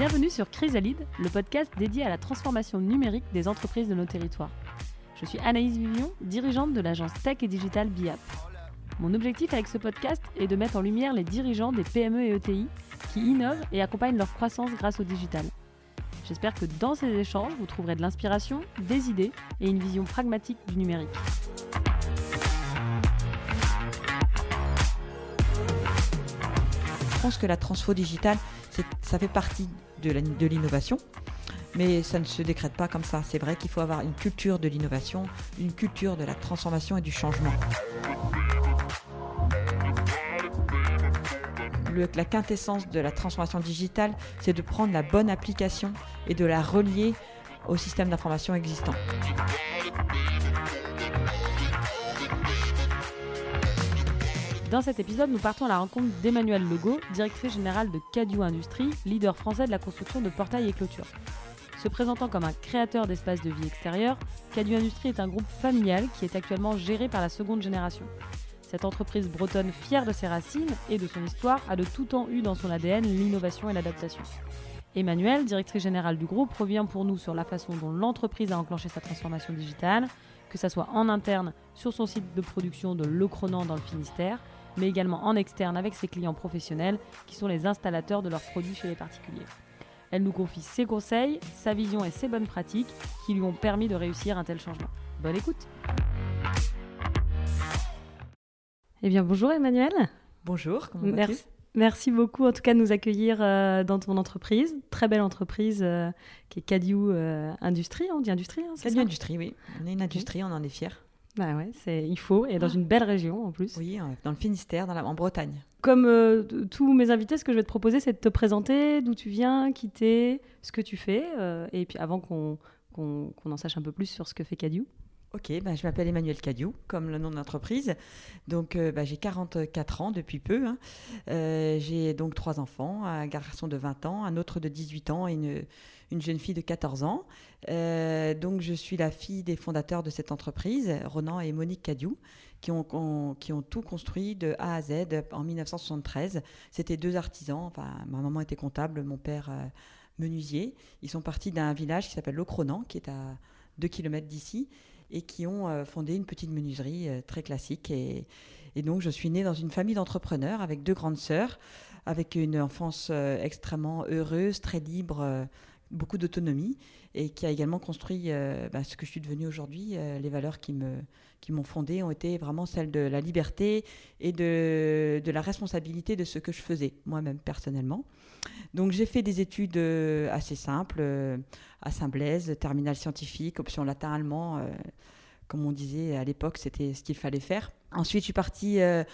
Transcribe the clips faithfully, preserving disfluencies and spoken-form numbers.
Bienvenue sur Chrysalide, le podcast dédié à la transformation numérique des entreprises de nos territoires. Je suis Anaïs Vivion, dirigeante de l'agence Tech et Digital Biap. Mon objectif avec ce podcast est de mettre en lumière les dirigeants des P M E et E T I qui innovent et accompagnent leur croissance grâce au digital. J'espère que dans ces échanges, vous trouverez de l'inspiration, des idées et une vision pragmatique du numérique. Je pense que la transfo digitale, c'est, ça fait partie de, la, de l'innovation, mais ça ne se décrète pas comme ça. C'est vrai qu'il faut avoir une culture de l'innovation, une culture de la transformation et du changement. Le, la quintessence de la transformation digitale, c'est de prendre la bonne application et de la relier au système d'information existant. Dans cet épisode, nous partons à la rencontre d'Emmanuelle Legault, directrice générale de Cadiou Industries, leader français de la construction de portails et clôtures. Se présentant comme un créateur d'espaces de vie extérieurs, Cadiou Industries est un groupe familial qui est actuellement géré par la seconde génération. Cette entreprise bretonne fière de ses racines et de son histoire a de tout temps eu dans son A D N l'innovation et l'adaptation. Emmanuelle, directrice générale du groupe, revient pour nous sur la façon dont l'entreprise a enclenché sa transformation digitale, que ce soit en interne sur son site de production de Le Cronan dans le Finistère, mais également en externe avec ses clients professionnels qui sont les installateurs de leurs produits chez les particuliers. Elle nous confie ses conseils, sa vision et ses bonnes pratiques qui lui ont permis de réussir un tel changement. Bonne écoute. Eh bien, bonjour Emmanuelle. Bonjour, comment Merci, vas-tu ? merci beaucoup en tout cas de nous accueillir euh, dans ton entreprise. Très belle entreprise euh, qui est Cadiou euh, Industries, on dit Industrie, hein, c'est Cadiou ça ? Industries, oui. On est une industrie, on en est fiers. Bah ouais, c'est, il faut, et dans une belle région en plus. Oui, dans le Finistère, dans la, en Bretagne. Comme euh, tous mes invités, ce que je vais te proposer, c'est de te présenter, d'où tu viens, qui t'es, ce que tu fais, euh, et puis avant qu'on, qu'on, qu'on en sache un peu plus sur ce que fait Cadiou. Ok, ben, je m'appelle Emmanuelle Cadiou, comme le nom de l'entreprise. Donc, euh, ben, j'ai quarante-quatre ans depuis peu. Hein. Euh, j'ai donc trois enfants, un garçon de vingt ans, un autre de dix-huit ans et une, une jeune fille de quatorze ans. Euh, donc, je suis la fille des fondateurs de cette entreprise, Ronan et Monique Cadiou, qui ont, ont, qui ont tout construit de A à Z en dix-neuf cent soixante-treize. C'était deux artisans. Enfin, ma maman était comptable, mon père euh, menuisier. Ils sont partis d'un village qui s'appelle Le Cronan, qui est à deux kilomètres d'ici, et qui ont euh, fondé une petite menuiserie euh, très classique. Et, et donc, je suis née dans une famille d'entrepreneurs avec deux grandes sœurs, avec une enfance euh, extrêmement heureuse, très libre, euh, beaucoup d'autonomie, et qui a également construit euh, bah, ce que je suis devenue aujourd'hui. Euh, les valeurs qui, me, qui m'ont fondée ont été vraiment celles de la liberté et de, de la responsabilité de ce que je faisais, moi-même personnellement. Donc, j'ai fait des études euh, assez simples, euh, à Saint-Blaise, terminale scientifique, option latin-allemand. Euh, comme on disait à l'époque, c'était ce qu'il fallait faire. Ensuite, je suis partie, euh,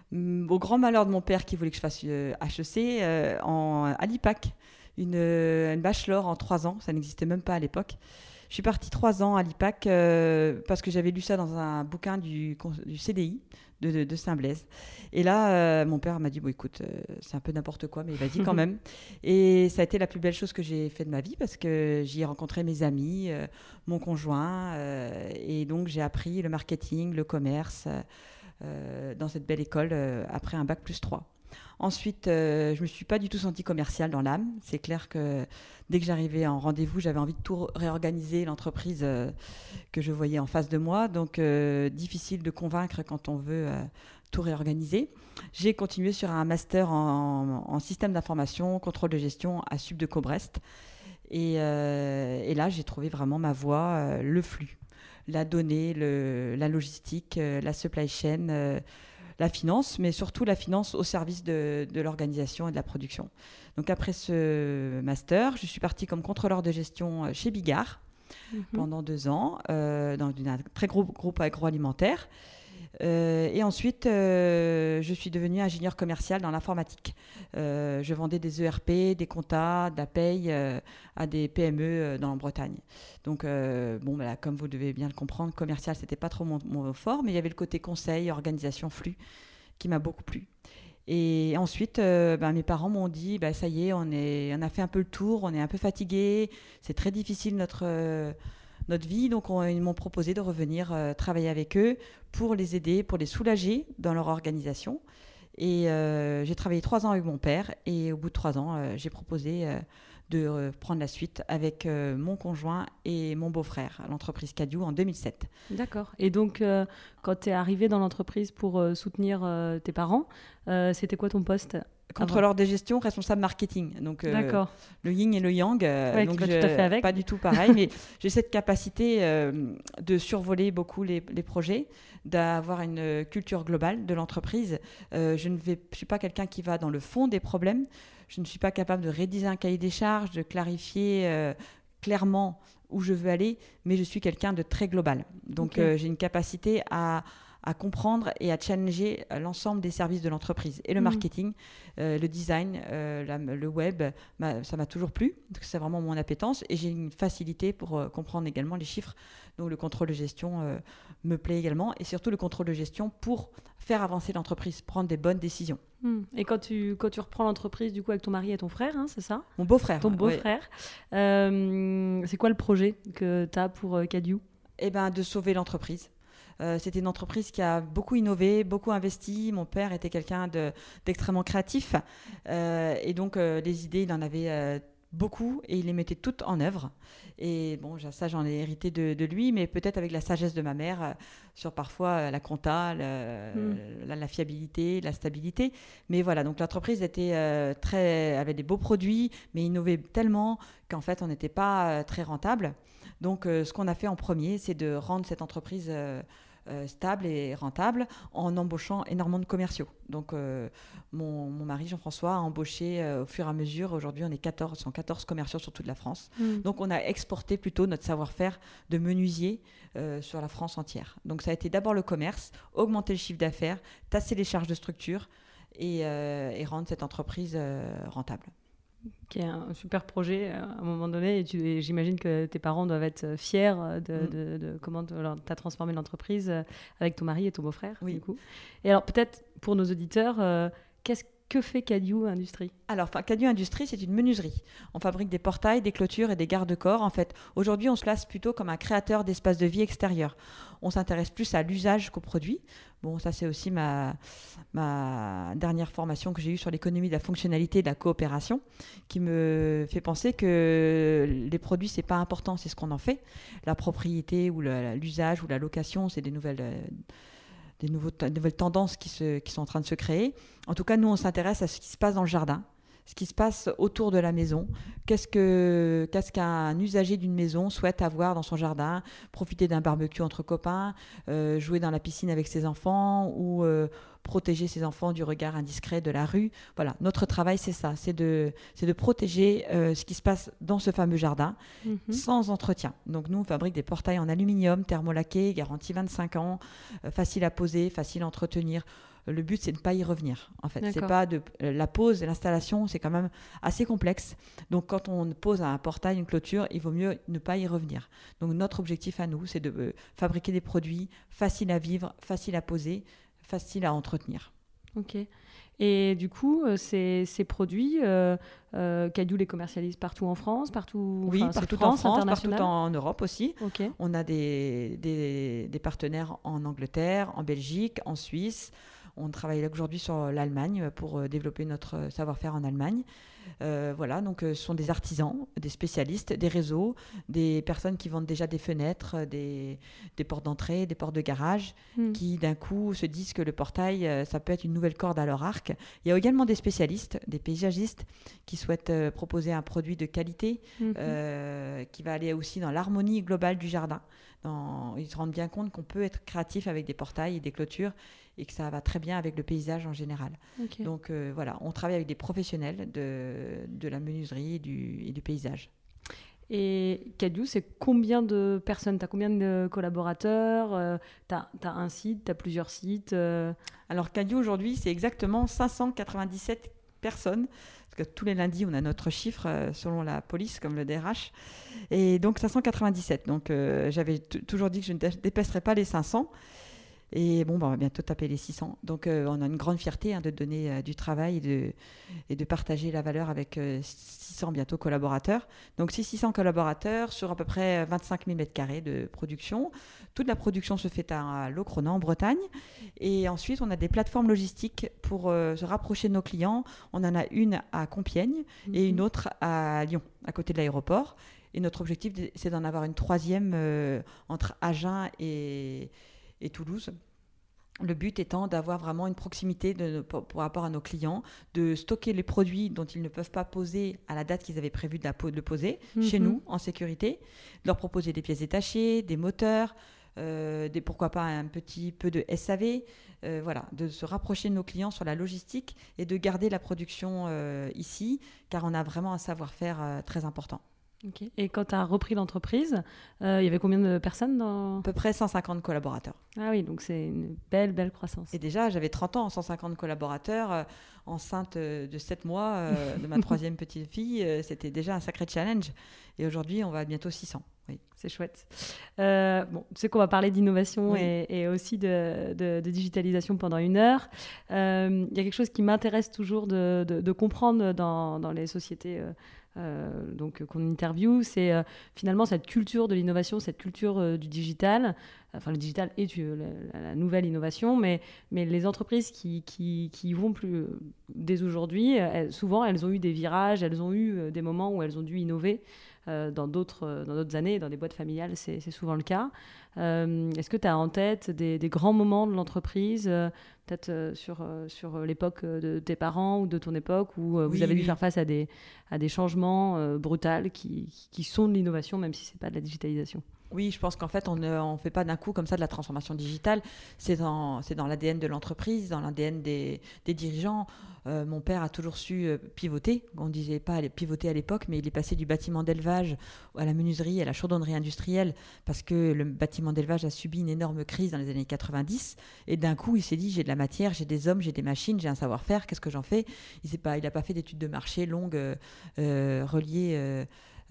au grand malheur de mon père qui voulait que je fasse euh, H E C, euh, en, à l'I P A C, une, une bachelor en trois ans. Ça n'existait même pas à l'époque. Je suis partie trois ans à l'I P A C euh, parce que j'avais lu ça dans un bouquin du, du C D I de, de, de Saint-Blaise. Et là, euh, mon père m'a dit, bon, écoute, euh, c'est un peu n'importe quoi, mais vas-y quand même. Et ça a été la plus belle chose que j'ai fait de ma vie parce que j'y ai rencontré mes amis, euh, mon conjoint. Euh, et donc, j'ai appris le marketing, le commerce euh, dans cette belle école euh, après un bac plus trois. Ensuite, euh, je ne me suis pas du tout sentie commerciale dans l'âme. C'est clair que dès que j'arrivais en rendez-vous, j'avais envie de tout réorganiser, l'entreprise euh, que je voyais en face de moi. Donc, euh, difficile de convaincre quand on veut euh, tout réorganiser. J'ai continué sur un master en, en, en système d'information, contrôle de gestion à Sup de Caux-Brest. Et, euh, et là, j'ai trouvé vraiment ma voie, euh, le flux, la donnée, le, la logistique, euh, la supply chain, euh, la finance, mais surtout la finance au service de, de l'organisation et de la production. Donc après ce master, je suis partie comme contrôleur de gestion chez Bigard mmh. pendant deux ans, euh, dans un très gros groupe agroalimentaire. Euh, et ensuite, euh, je suis devenue ingénieure commerciale dans l'informatique. Euh, je vendais des E R P, des comptas, de la paye euh, à des P M E euh, dans la Bretagne. Donc, euh, bon, bah, comme vous devez bien le comprendre, commercial, c'était pas trop mon, mon fort, mais il y avait le côté conseil, organisation, flux, qui m'a beaucoup plu. Et ensuite, euh, bah, mes parents m'ont dit, bah, ça y est, on, est, on a fait un peu le tour, on est un peu fatigués, c'est très difficile notre... Euh, notre vie, donc on, ils m'ont proposé de revenir euh, travailler avec eux pour les aider, pour les soulager dans leur organisation. Et euh, j'ai travaillé trois ans avec mon père et au bout de trois ans, euh, j'ai proposé euh, de euh, prendre la suite avec euh, mon conjoint et mon beau-frère à l'entreprise Cadieux en deux mille sept. D'accord. Et donc, euh, quand tu es arrivée dans l'entreprise pour euh, soutenir euh, tes parents, euh, c'était quoi ton poste? Contrôleur de gestion, responsable marketing. Donc, euh, le yin et le yang. Euh, ouais, donc qui va je, tout à fait avec. Pas du tout pareil, mais j'ai cette capacité euh, de survoler beaucoup les, les projets, d'avoir une culture globale de l'entreprise. Euh, je ne vais, je suis pas quelqu'un qui va dans le fond des problèmes. Je ne suis pas capable de rédiger un cahier des charges, de clarifier euh, clairement où je veux aller, mais je suis quelqu'un de très global. Donc, okay. euh, j'ai une capacité à à comprendre et à challenger l'ensemble des services de l'entreprise. Et le mmh. marketing, euh, le design, euh, la, le web, bah, ça m'a toujours plu. C'est vraiment mon appétence. Et j'ai une facilité pour euh, comprendre également les chiffres. Donc le contrôle de gestion euh, me plaît également. Et surtout le contrôle de gestion pour faire avancer l'entreprise, prendre des bonnes décisions. Mmh. Et quand tu, quand tu reprends l'entreprise, du coup, avec ton mari et ton frère, hein, c'est ça? Mon beau-frère. Ton beau-frère. Ouais. Euh, c'est quoi le projet que tu as pour euh, Cadieux? Eh bien, de sauver l'entreprise. Euh, c'était une entreprise qui a beaucoup innové, beaucoup investi. Mon père était quelqu'un de, d'extrêmement créatif. Euh, et donc, euh, les idées, il en avait euh, beaucoup et il les mettait toutes en œuvre. Et bon, ça, j'en ai hérité de, de lui, mais peut-être avec la sagesse de ma mère euh, sur parfois euh, la compta, le, mmh. la, la fiabilité, la stabilité. Mais voilà, donc l'entreprise était, euh, très, avait des beaux produits, mais innovait tellement qu'en fait, on n'était pas euh, très rentable. Donc, euh, ce qu'on a fait en premier, c'est de rendre cette entreprise euh, euh, stable et rentable en embauchant énormément de commerciaux. Donc, euh, mon, mon mari Jean-François a embauché euh, au fur et à mesure. Aujourd'hui, on est quatorze, cent quatorze commerciaux sur toute la France. Mmh. Donc, on a exporté plutôt notre savoir-faire de menuisier euh, sur la France entière. Donc, ça a été d'abord le commerce, augmenter le chiffre d'affaires, tasser les charges de structure et, euh, et rendre cette entreprise euh, rentable. Qui est un super projet à un moment donné, et, tu, et j'imagine que tes parents doivent être fiers de, mmh. de, de comment tu as transformé l'entreprise avec ton mari et ton beau-frère. Oui. Du coup. Et alors peut-être pour nos auditeurs, euh, qu'est-ce que fait Cadieux Industrie? Alors, Cadieux Industrie, c'est une menuiserie. On fabrique des portails, des clôtures et des garde-corps. En fait, aujourd'hui, on se place plutôt comme un créateur d'espaces de vie extérieurs. On s'intéresse plus à l'usage qu'au produit. Bon, ça, c'est aussi ma, ma dernière formation que j'ai eue sur l'économie de la fonctionnalité et de la coopération, qui me fait penser que les produits, c'est pas important, c'est ce qu'on en fait. La propriété ou le, l'usage ou la location, c'est des nouvelles... Euh, Des, nouveaux, des nouvelles tendances qui, se, qui sont en train de se créer. En tout cas, nous, on s'intéresse à ce qui se passe dans le jardin, ce qui se passe autour de la maison. Qu'est-ce, que, qu'est-ce qu'un usager d'une maison souhaite avoir dans son jardin? Profiter d'un barbecue entre copains, euh, jouer dans la piscine avec ses enfants ou euh, protéger ses enfants du regard indiscret de la rue. Voilà, notre travail, c'est ça, c'est de, c'est de protéger euh, ce qui se passe dans ce fameux jardin mm-hmm. sans entretien. Donc nous, on fabrique des portails en aluminium, thermolaqués, garantie vingt-cinq ans, euh, facile à poser, facile à entretenir. Le but, c'est de ne pas y revenir. En fait, D'accord. c'est pas de la pose et l'installation, c'est quand même assez complexe. Donc, quand on pose un portail, une clôture, il vaut mieux ne pas y revenir. Donc, notre objectif à nous, c'est de euh, fabriquer des produits faciles à vivre, faciles à poser, faciles à entretenir. Ok. Et du coup, euh, ces, ces produits, euh, euh, Cadieux les commercialise partout en France, partout, oui, partout France, en France, partout en Europe aussi. Okay. On a des, des, des partenaires en Angleterre, en Belgique, en Suisse. On travaille aujourd'hui sur l'Allemagne pour développer notre savoir-faire en Allemagne. Euh, voilà, donc ce sont des artisans, des spécialistes, des réseaux, des personnes qui vendent déjà des fenêtres, des, des portes d'entrée, des portes de garage, mmh. qui d'un coup se disent que le portail, ça peut être une nouvelle corde à leur arc. Il y a également des spécialistes, des paysagistes qui souhaitent euh, proposer un produit de qualité mmh. euh, qui va aller aussi dans l'harmonie globale du jardin. Dans, ils se rendent bien compte qu'on peut être créatif avec des portails et des clôtures et que ça va très bien avec le paysage en général. Okay. Donc euh, voilà, on travaille avec des professionnels de, de la menuiserie et du, et du paysage. Et Cadieux, c'est combien de personnes? Tu as combien de collaborateurs? euh, Tu as un site, tu as plusieurs sites euh... Alors Cadieux, aujourd'hui, c'est exactement cinq cent quatre-vingt-dix-sept personnes. Parce que tous les lundis, on a notre chiffre euh, selon la police, comme le D R H. Et donc cinq cent quatre-vingt-dix-sept. Donc euh, j'avais t- toujours dit que je ne dépasserais pas les cinq cents. Et bon, bah, on va bientôt taper les six cents. Donc, euh, on a une grande fierté hein, de donner euh, du travail et de, et de partager la valeur avec euh, six cents bientôt collaborateurs. Donc, c'est six cents collaborateurs sur à peu près vingt-cinq mille mètres carrés de production. Toute la production se fait à Locronan, en Bretagne. Et ensuite, on a des plateformes logistiques pour euh, se rapprocher de nos clients. On en a une à Compiègne mmh. et une autre à Lyon, à côté de l'aéroport. Et notre objectif, c'est d'en avoir une troisième euh, entre Agen et, et Toulouse. Le but étant d'avoir vraiment une proximité de, pour, pour rapport à nos clients, de stocker les produits dont ils ne peuvent pas poser à la date qu'ils avaient prévu de, la, de le poser mmh. chez nous, en sécurité, de leur proposer des pièces détachées, des moteurs, euh, des, pourquoi pas un petit peu de S A V, euh, voilà, de se rapprocher de nos clients sur la logistique et de garder la production euh, ici, car on a vraiment un savoir-faire euh, très important. Okay. Et quand tu as repris l'entreprise, euh, il y avait combien de personnes dans... À peu près cent cinquante collaborateurs. Ah oui, donc c'est une belle, belle croissance. Et déjà, j'avais trente ans, cent cinquante collaborateurs, euh, enceinte de sept mois euh, de ma troisième petite fille. Euh, c'était déjà un sacré challenge. Et aujourd'hui, on va à bientôt six cents. Oui. C'est chouette. Euh, bon, tu sais qu'on va parler d'innovation oui. et, et aussi de, de, de digitalisation pendant une heure. Il euh, y a quelque chose qui m'intéresse toujours de, de, de comprendre dans, dans les sociétés euh, euh, donc, qu'on interviewe, c'est euh, finalement cette culture de l'innovation, cette culture euh, du digital. Enfin, le digital est la, la nouvelle innovation, mais, mais les entreprises qui, qui, qui y vont plus euh, dès aujourd'hui, elles, souvent, elles ont eu des virages, elles ont eu euh, des moments où elles ont dû innover. Euh, dans, d'autres, euh, dans d'autres années, dans des boîtes familiales, c'est, c'est souvent le cas. Euh, est-ce que tu as en tête des, des grands moments de l'entreprise, euh, peut-être euh, sur, euh, sur l'époque de tes parents ou de ton époque, où euh, oui, vous avez oui. dû faire face à des, à des changements euh, brutaux qui, qui sont de l'innovation, même si ce n'est pas de la digitalisation? Oui, je pense qu'en fait, on ne fait pas d'un coup comme ça de la transformation digitale. C'est dans, c'est dans l'A D N de l'entreprise, dans l'A D N des, des dirigeants. Euh, mon père a toujours su euh, pivoter. On ne disait pas pivoter à l'époque, mais il est passé du bâtiment d'élevage à la menuiserie, à la chaudronnerie industrielle, parce que le bâtiment d'élevage a subi une énorme crise dans les années quatre-vingt-dix. Et d'un coup, il s'est dit, j'ai de la matière, j'ai des hommes, j'ai des machines, j'ai un savoir-faire, qu'est-ce que j'en fais? Il n'a pas, il pas fait d'études de marché longues euh, euh, reliées... Euh,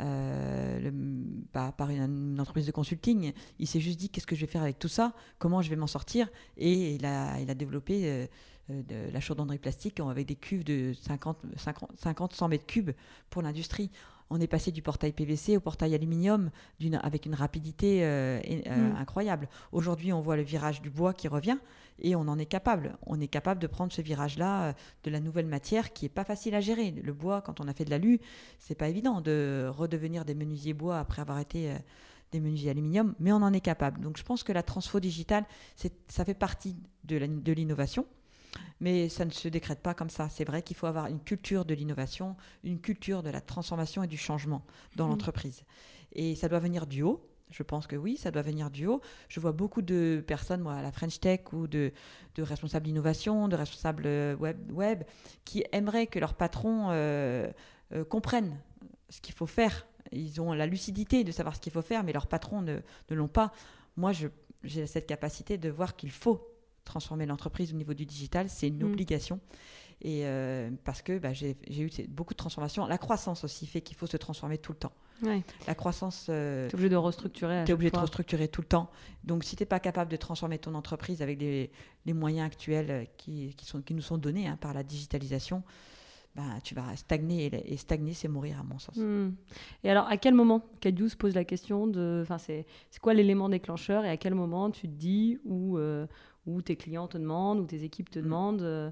Euh, le, bah, par une, une entreprise de consulting. Il s'est juste dit qu'est-ce que je vais faire avec tout ça, comment je vais m'en sortir, et il a, il a développé euh, de la chaudronnerie plastique avec des cuves de cinquante, cinquante, cent mètres cubes pour l'industrie. On est passé du portail P V C au portail aluminium d'une, avec une rapidité euh, euh, mmh. incroyable. Aujourd'hui, on voit le virage du bois qui revient et on en est capable. On est capable de prendre ce virage-là euh, de la nouvelle matière qui n'est pas facile à gérer. Le bois, quand on a fait de l'alu, c'est pas évident de redevenir des menuisiers bois après avoir été euh, des menuisiers aluminium, mais on en est capable. Donc je pense que la transfo digitale, c'est, ça fait partie de, la, de l'innovation. Mais ça ne se décrète pas comme ça. C'est vrai qu'il faut avoir une culture de l'innovation, une culture de la transformation et du changement dans mmh. l'entreprise. Et ça doit venir du haut. Je pense que oui, ça doit venir du haut. Je vois beaucoup de personnes, moi, à la French Tech ou de, de responsables d'innovation, de responsables web, web qui aimeraient que leurs patrons euh, euh, comprennent ce qu'il faut faire. Ils ont la lucidité de savoir ce qu'il faut faire, mais leurs patrons ne, ne l'ont pas. Moi, je, j'ai cette capacité de voir qu'il faut transformer l'entreprise au niveau du digital, c'est une mmh. obligation. Et euh, parce que bah, j'ai, j'ai eu beaucoup de transformations. La croissance aussi fait qu'il faut se transformer tout le temps. Ouais. La croissance... Euh, tu es obligé de restructurer. Tu es obligé fois. de restructurer tout le temps. Donc, si tu n'es pas capable de transformer ton entreprise avec les, les moyens actuels qui, qui, sont, qui nous sont donnés hein, par la digitalisation, ben, tu vas stagner. Et, et stagner, c'est mourir, à mon sens. Mmh. Et alors, à quel moment Cadiou se pose la question de... C'est, c'est quoi l'élément déclencheur et à quel moment tu te dis où... Euh, où tes clients te demandent, où tes équipes te mmh. demandent euh,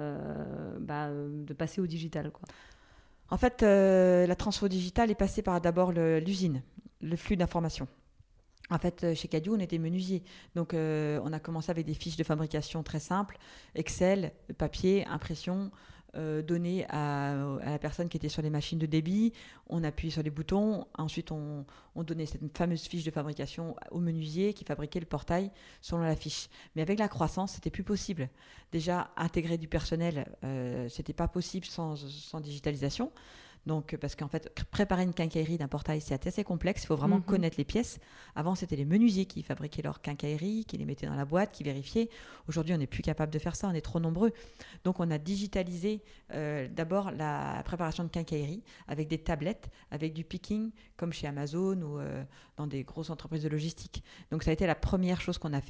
euh, bah, de passer au digital, quoi. En fait, euh, la transfo digitale est passée par d'abord le, l'usine, le flux d'informations. En fait, chez Cadiou, on était menuisier. Donc, euh, on a commencé avec des fiches de fabrication très simples, Excel, papier, impression, euh, données à, à la personne qui était sur les machines de débit. On appuyait sur les boutons. Ensuite, on, on donnait cette fameuse fiche de fabrication au menuisier qui fabriquait le portail selon la fiche. Mais avec la croissance, c'était plus possible. Déjà, intégrer du personnel, euh, c'était pas possible sans, sans digitalisation. Donc, parce qu'en fait, préparer une quincaillerie d'un portail, c'est assez complexe. Il faut vraiment mmh. connaître les pièces. Avant, c'était les menuisiers qui fabriquaient leurs quincailleries, qui les mettaient dans la boîte, qui vérifiaient. Aujourd'hui, on n'est plus capable de faire ça. On est trop nombreux. Donc, on a digitalisé euh, d'abord la préparation de quincaillerie avec des tablettes, avec du picking, comme chez Amazon ou euh, dans des grosses entreprises de logistique. Donc, ça a été la première chose qu'on a fait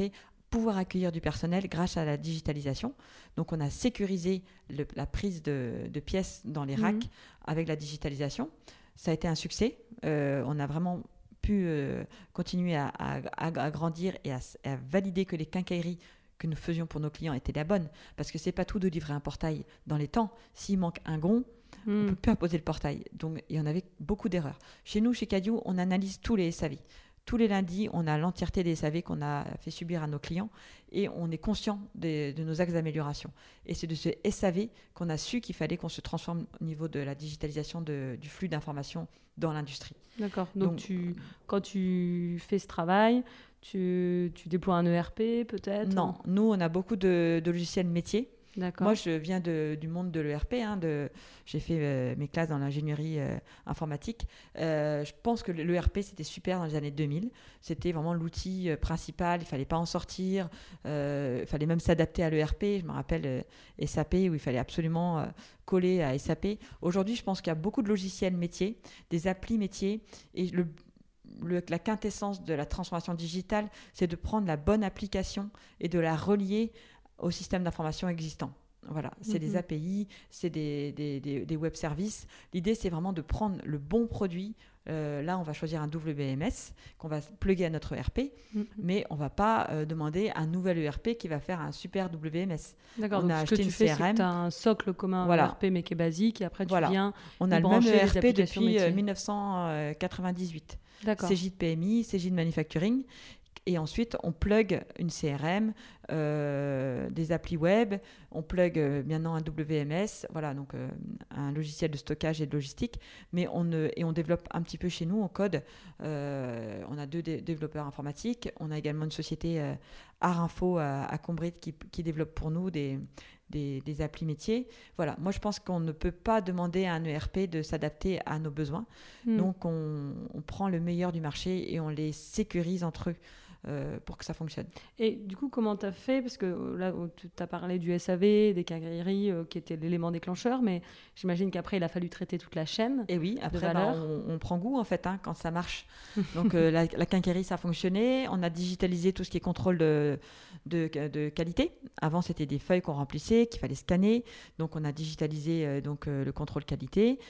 pouvoir accueillir du personnel grâce à la digitalisation. Donc, on a sécurisé le, la prise de, de pièces dans les racks mmh. avec la digitalisation. Ça a été un succès. Euh, on a vraiment pu euh, continuer à, à, à grandir et à, à valider que les quincailleries que nous faisions pour nos clients étaient la bonne. Parce que ce n'est pas tout de livrer un portail dans les temps. S'il manque un gond, mmh. on ne peut plus apposer le portail. Donc, il y en avait beaucoup d'erreurs. Chez nous, chez Cadieux, on analyse tous les S A V. Tous les lundis, on a l'entièreté des S A V qu'on a fait subir à nos clients et on est conscient de, de nos axes d'amélioration. Et c'est de ce S A V qu'on a su qu'il fallait qu'on se transforme au niveau de la digitalisation de, du flux d'informations dans l'industrie. D'accord. Donc, Donc tu, quand tu fais ce travail, tu, tu déploies un E R P peut-être ? Non, nous, on a beaucoup de, de logiciels métiers. D'accord. Moi, je viens de, du monde de l'E R P. Hein, de, j'ai fait euh, mes classes dans l'ingénierie euh, informatique. Euh, je pense que l'E R P, c'était super dans les années deux mille. C'était vraiment l'outil euh, principal. Il ne fallait pas en sortir. Euh, il fallait même s'adapter à l'E R P. Je me rappelle euh, S A P où il fallait absolument euh, coller à S A P. Aujourd'hui, je pense qu'il y a beaucoup de logiciels métiers, des applis métiers. Et le Le, la quintessence de la transformation digitale, c'est de prendre la bonne application et de la relier au système d'information existant. Voilà, c'est mm-hmm. des A P I, c'est des, des, des, des web services. L'idée, c'est vraiment de prendre le bon produit. Euh, là, on va choisir un W M S qu'on va plugger à notre E R P, mm-hmm. mais on ne va pas euh, demander un nouvel E R P qui va faire un super W M S. D'accord, on donc a ce acheté que tu une fais, C R M. C'est que tu as un socle commun voilà. E R P, mais qui est basique, et après tu voilà. viens On a le même E R P depuis euh, dix-neuf cent quatre-vingt-dix-huit. D'accord. C J de P M I, C J de Manufacturing. Et ensuite, on plug une C R M, euh, des applis web, on plug euh, maintenant un W M S, voilà, donc euh, un logiciel de stockage et de logistique. Mais on, ne, et on développe un petit peu chez nous, on code. Euh, on a deux dé- développeurs informatiques. On a également une société euh, Art Info à, à Combray qui, qui développe pour nous des, des, des applis métiers. Voilà, moi je pense qu'on ne peut pas demander à un E R P de s'adapter à nos besoins. Mmh. Donc on, on prend le meilleur du marché et on les sécurise entre eux. Euh, pour que ça fonctionne. Et du coup, comment tu as fait ? Parce que là, tu as parlé du S A V, des quincailleries euh, qui étaient l'élément déclencheur, mais j'imagine qu'après, il a fallu traiter toute la chaîne. Et oui, après, bah, on, on prend goût en fait hein, quand ça marche. Donc euh, la, la quincaillerie, ça a fonctionné. On a digitalisé tout ce qui est contrôle de, de, de qualité. Avant, c'était des feuilles qu'on remplissait, qu'il fallait scanner. Donc on a digitalisé euh, donc, euh, le contrôle qualité.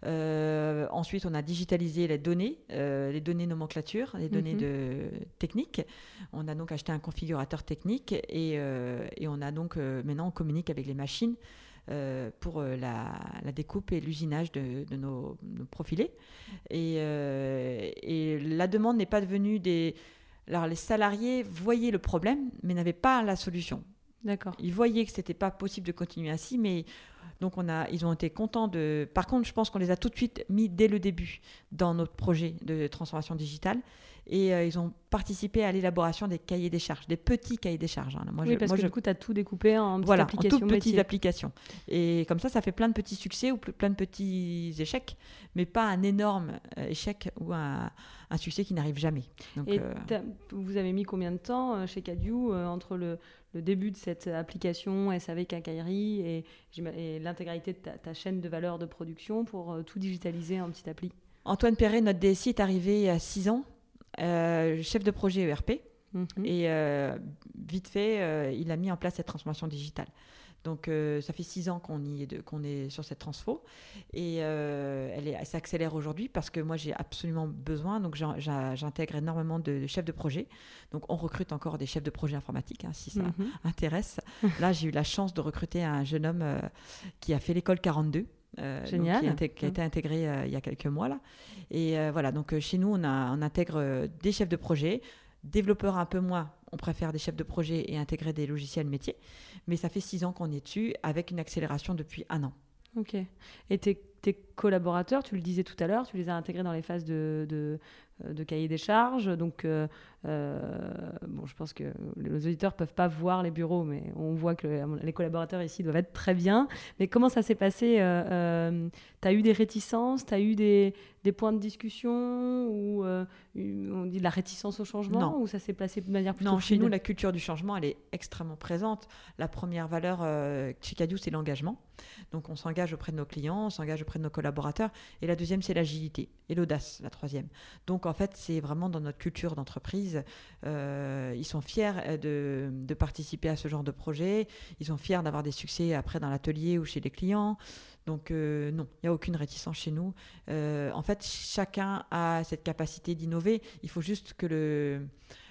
Euh, ensuite, on a digitalisé les données, euh, les données nomenclature, les données mm-hmm. de, techniques. On a donc acheté un configurateur technique et, euh, et on a donc euh, maintenant on communique avec les machines euh, pour euh, la, la découpe et l'usinage de, de nos, nos profilés. Et, euh, et la demande n'est pas devenue des... Alors les salariés voyaient le problème mais n'avaient pas la solution. D'accord. Ils voyaient que ce n'était pas possible de continuer ainsi, mais donc on a, ils ont été contents de... Par contre, je pense qu'on les a tout de suite mis dès le début dans notre projet de transformation digitale et euh, ils ont participé à l'élaboration des cahiers des charges, des petits cahiers des charges. Hein. Moi, oui, je, parce moi, que je... du coup, tu as tout découpé en petites voilà, applications en toutes petites métiers. applications. Et comme ça, ça fait plein de petits succès ou plein de petits échecs, mais pas un énorme échec ou un, un succès qui n'arrive jamais. Donc, et euh... vous avez mis combien de temps euh, chez Cadieux euh, entre le, le début de cette application S A V quincaillerie et, et l'intégralité de ta, ta chaîne de valeur de production pour euh, tout digitaliser en petite appli ? Antoine Perret, notre D S I, est arrivé il y a six ans. Euh, chef de projet E R P mm-hmm. et euh, vite fait euh, il a mis en place cette transformation digitale donc euh, ça fait six ans qu'on, y est de, qu'on est sur cette transfo et euh, elle, est, elle s'accélère aujourd'hui parce que moi j'ai absolument besoin donc j'in, j'intègre énormément de, de chefs de projet donc on recrute encore des chefs de projet informatiques hein, si ça mm-hmm. intéresse. Là j'ai eu la chance de recruter un jeune homme euh, qui a fait l'école quarante-deux. Euh, Génial. Donc, qui, a, qui a été intégré euh, il y a quelques mois là. Et euh, voilà, donc euh, chez nous, on, a, on intègre euh, des chefs de projet, développeurs un peu moins. On préfère des chefs de projet et intégrer des logiciels métiers. Mais ça fait six ans qu'on est dessus avec une accélération depuis un an. Ok. Et tes, tes collaborateurs, tu le disais tout à l'heure, tu les as intégrés dans les phases de, de, de cahier des charges. Donc, euh, euh, bon, je pense que les auditeurs ne peuvent pas voir les bureaux, mais on voit que les collaborateurs ici doivent être très bien. Mais comment ça s'est passé euh, euh, tu as eu des réticences, tu as eu des, des points de discussion ou euh, on dit de la réticence au changement non. ou ça s'est passé de manière plutôt Non, fluide ? chez nous, la culture du changement, elle est extrêmement présente. La première valeur euh, chez Cadieux, c'est l'engagement. Donc, on s'engage auprès de nos clients, on s'engage auprès de nos collaborateurs. Et la deuxième, c'est l'agilité et l'audace, la troisième. Donc, donc en fait, c'est vraiment dans notre culture d'entreprise. Euh, ils sont fiers de, de participer à ce genre de projet. Ils sont fiers d'avoir des succès après dans l'atelier ou chez les clients. Donc euh, non, il n'y a aucune réticence chez nous. Euh, en fait, chacun a cette capacité d'innover. Il faut juste que le,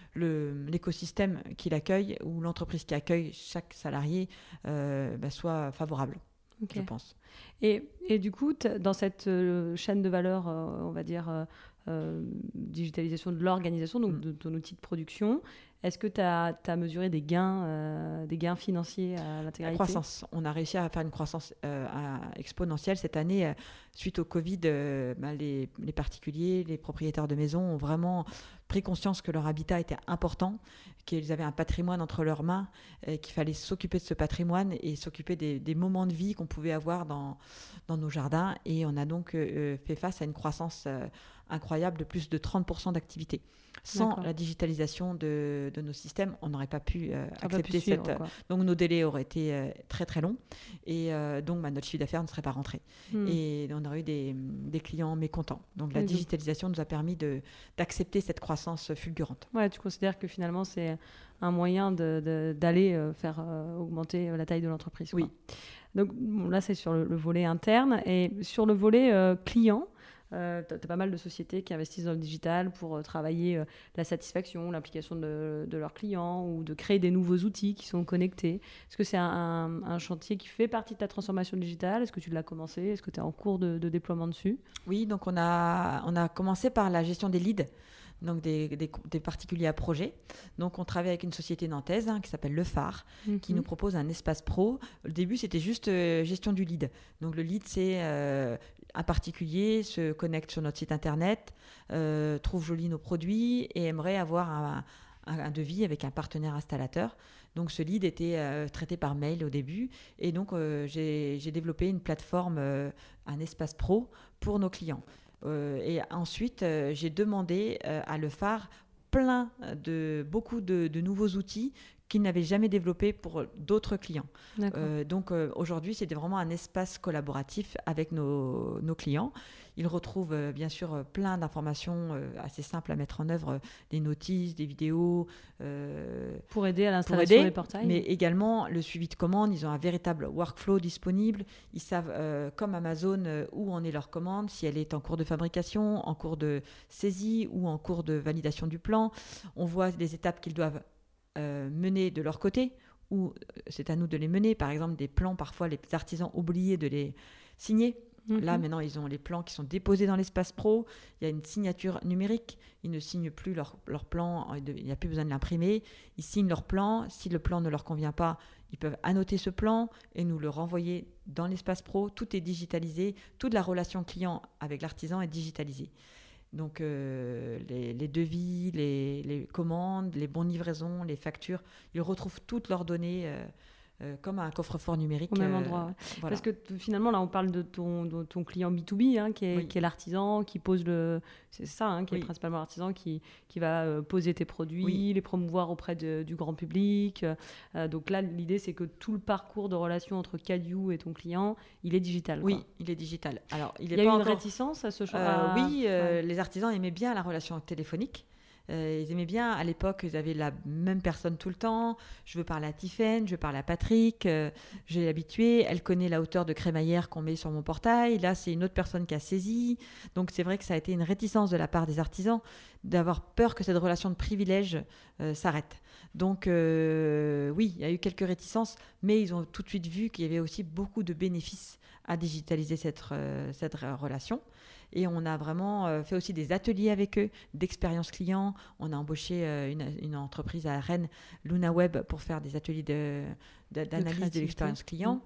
le, l'écosystème qui l'accueille ou l'entreprise qui accueille chaque salarié euh, bah, soit favorable, okay. je pense. Et, et du coup, dans cette euh, chaîne de valeur, euh, on va dire, euh, euh, digitalisation de l'organisation, donc mm. de ton outil de production, est-ce que tu as mesuré des gains, euh, des gains financiers à l'intégralité ? La croissance. On a réussi à faire une croissance euh, à, exponentielle cette année. Euh, suite au Covid, euh, bah, les, les particuliers, les propriétaires de maisons ont vraiment pris conscience que leur habitat était important, qu'ils avaient un patrimoine entre leurs mains, et qu'il fallait s'occuper de ce patrimoine et s'occuper des, des moments de vie qu'on pouvait avoir dans, dans nos jardins. Et on a donc euh, fait face à une croissance euh, incroyable de plus de trente pour cent d'activité. Sans D'accord. la digitalisation de, de nos systèmes, on n'aurait pas pu euh, accepter pu suivre, cette... Quoi. Donc nos délais auraient été euh, très très longs et euh, donc bah, notre chiffre d'affaires ne serait pas rentré. Hmm. Et on aurait eu des, des clients mécontents. Donc la oui, digitalisation donc. nous a permis de, d'accepter cette croissance fulgurante. Ouais, tu considères que finalement c'est un moyen de, de, d'aller euh, faire euh, augmenter la taille de l'entreprise. Oui. Quoi. Donc bon, là c'est sur le, le volet interne et sur le volet euh, client. Euh, tu as pas mal de sociétés qui investissent dans le digital pour euh, travailler euh, la satisfaction, l'implication de, de leurs clients ou de créer des nouveaux outils qui sont connectés. Est-ce que c'est un, un, un chantier qui fait partie de ta transformation digitale ? Est-ce que tu l'as commencé ? Est-ce que tu es en cours de, de déploiement dessus ? Oui, donc on a, on a commencé par la gestion des leads. Donc des, des, des particuliers à projet. Donc on travaille avec une société nantaise hein, qui s'appelle Le Phare, mm-hmm. qui nous propose un espace pro. Au début, c'était juste euh, gestion du lead. Donc le lead, c'est euh, un particulier se connecte sur notre site internet, euh, trouve joli nos produits et aimerait avoir un, un, un devis avec un partenaire installateur. Donc ce lead était euh, traité par mail au début et donc euh, j'ai, j'ai développé une plateforme, euh, un espace pro pour nos clients. Euh, et ensuite, euh, j'ai demandé euh, à Le Phare plein de, beaucoup de, de nouveaux outils qu'ils n'avaient jamais développés pour d'autres clients. Euh, donc euh, aujourd'hui, c'était vraiment un espace collaboratif avec nos, nos clients. Ils retrouvent euh, bien sûr plein d'informations euh, assez simples à mettre en œuvre, euh, des notices, des vidéos. Euh, pour aider à l'installation aider, des portails. Mais également le suivi de commandes. Ils ont un véritable workflow disponible. Ils savent, euh, comme Amazon, euh, où en est leur commande, si elle est en cours de fabrication, en cours de saisie ou en cours de validation du plan. On voit les étapes qu'ils doivent euh, mener de leur côté, ou c'est à nous de les mener. Par exemple, des plans, parfois les artisans oubliaient de les signer. Mmh. Là, maintenant, ils ont les plans qui sont déposés dans l'espace pro. Il y a une signature numérique. Ils ne signent plus leur, leur plan. Il n'y a plus besoin de l'imprimer. Ils signent leur plan. Si le plan ne leur convient pas, ils peuvent annoter ce plan et nous le renvoyer dans l'espace pro. Tout est digitalisé. Toute la relation client avec l'artisan est digitalisée. Donc, euh, les, les devis, les, les commandes, les bons de livraison, les factures, ils retrouvent toutes leurs données euh, Euh, comme un coffre-fort numérique. Au même endroit. Ouais. Voilà. Parce que t- finalement, là, on parle de ton, de ton client B deux B, hein, qui est, oui. qui est l'artisan, qui pose le... C'est ça, hein, qui oui. est principalement l'artisan, qui, qui va euh, poser tes produits, oui. les promouvoir auprès de, du grand public. Euh, donc là, l'idée, c'est que tout le parcours de relation entre Cadieux et ton client, il est digital. Oui, quoi. il est digital. Alors, il, il y est a pas eu une encore... réticence à ce genre euh, à... Oui, euh, ouais. les artisans aimaient bien la relation téléphonique. Euh, ils aimaient bien, à l'époque, ils avaient la même personne tout le temps. Je veux parler à Tiffaine, je veux parler à Patrick, euh, j'ai l'habitué, elle connaît la hauteur de crémaillère qu'on met sur mon portail. Là, c'est une autre personne qui a saisi. Donc, c'est vrai que ça a été une réticence de la part des artisans d'avoir peur que cette relation de privilège euh, s'arrête. Donc, euh, oui, il y a eu quelques réticences, mais ils ont tout de suite vu qu'il y avait aussi beaucoup de bénéfices à digitaliser cette, euh, cette relation. Et on a vraiment euh, fait aussi des ateliers avec eux, d'expérience client. On a embauché euh, une, une entreprise à Rennes, Luna Web, pour faire des ateliers de, de, d'analyse de, de l'expérience client. Mmh.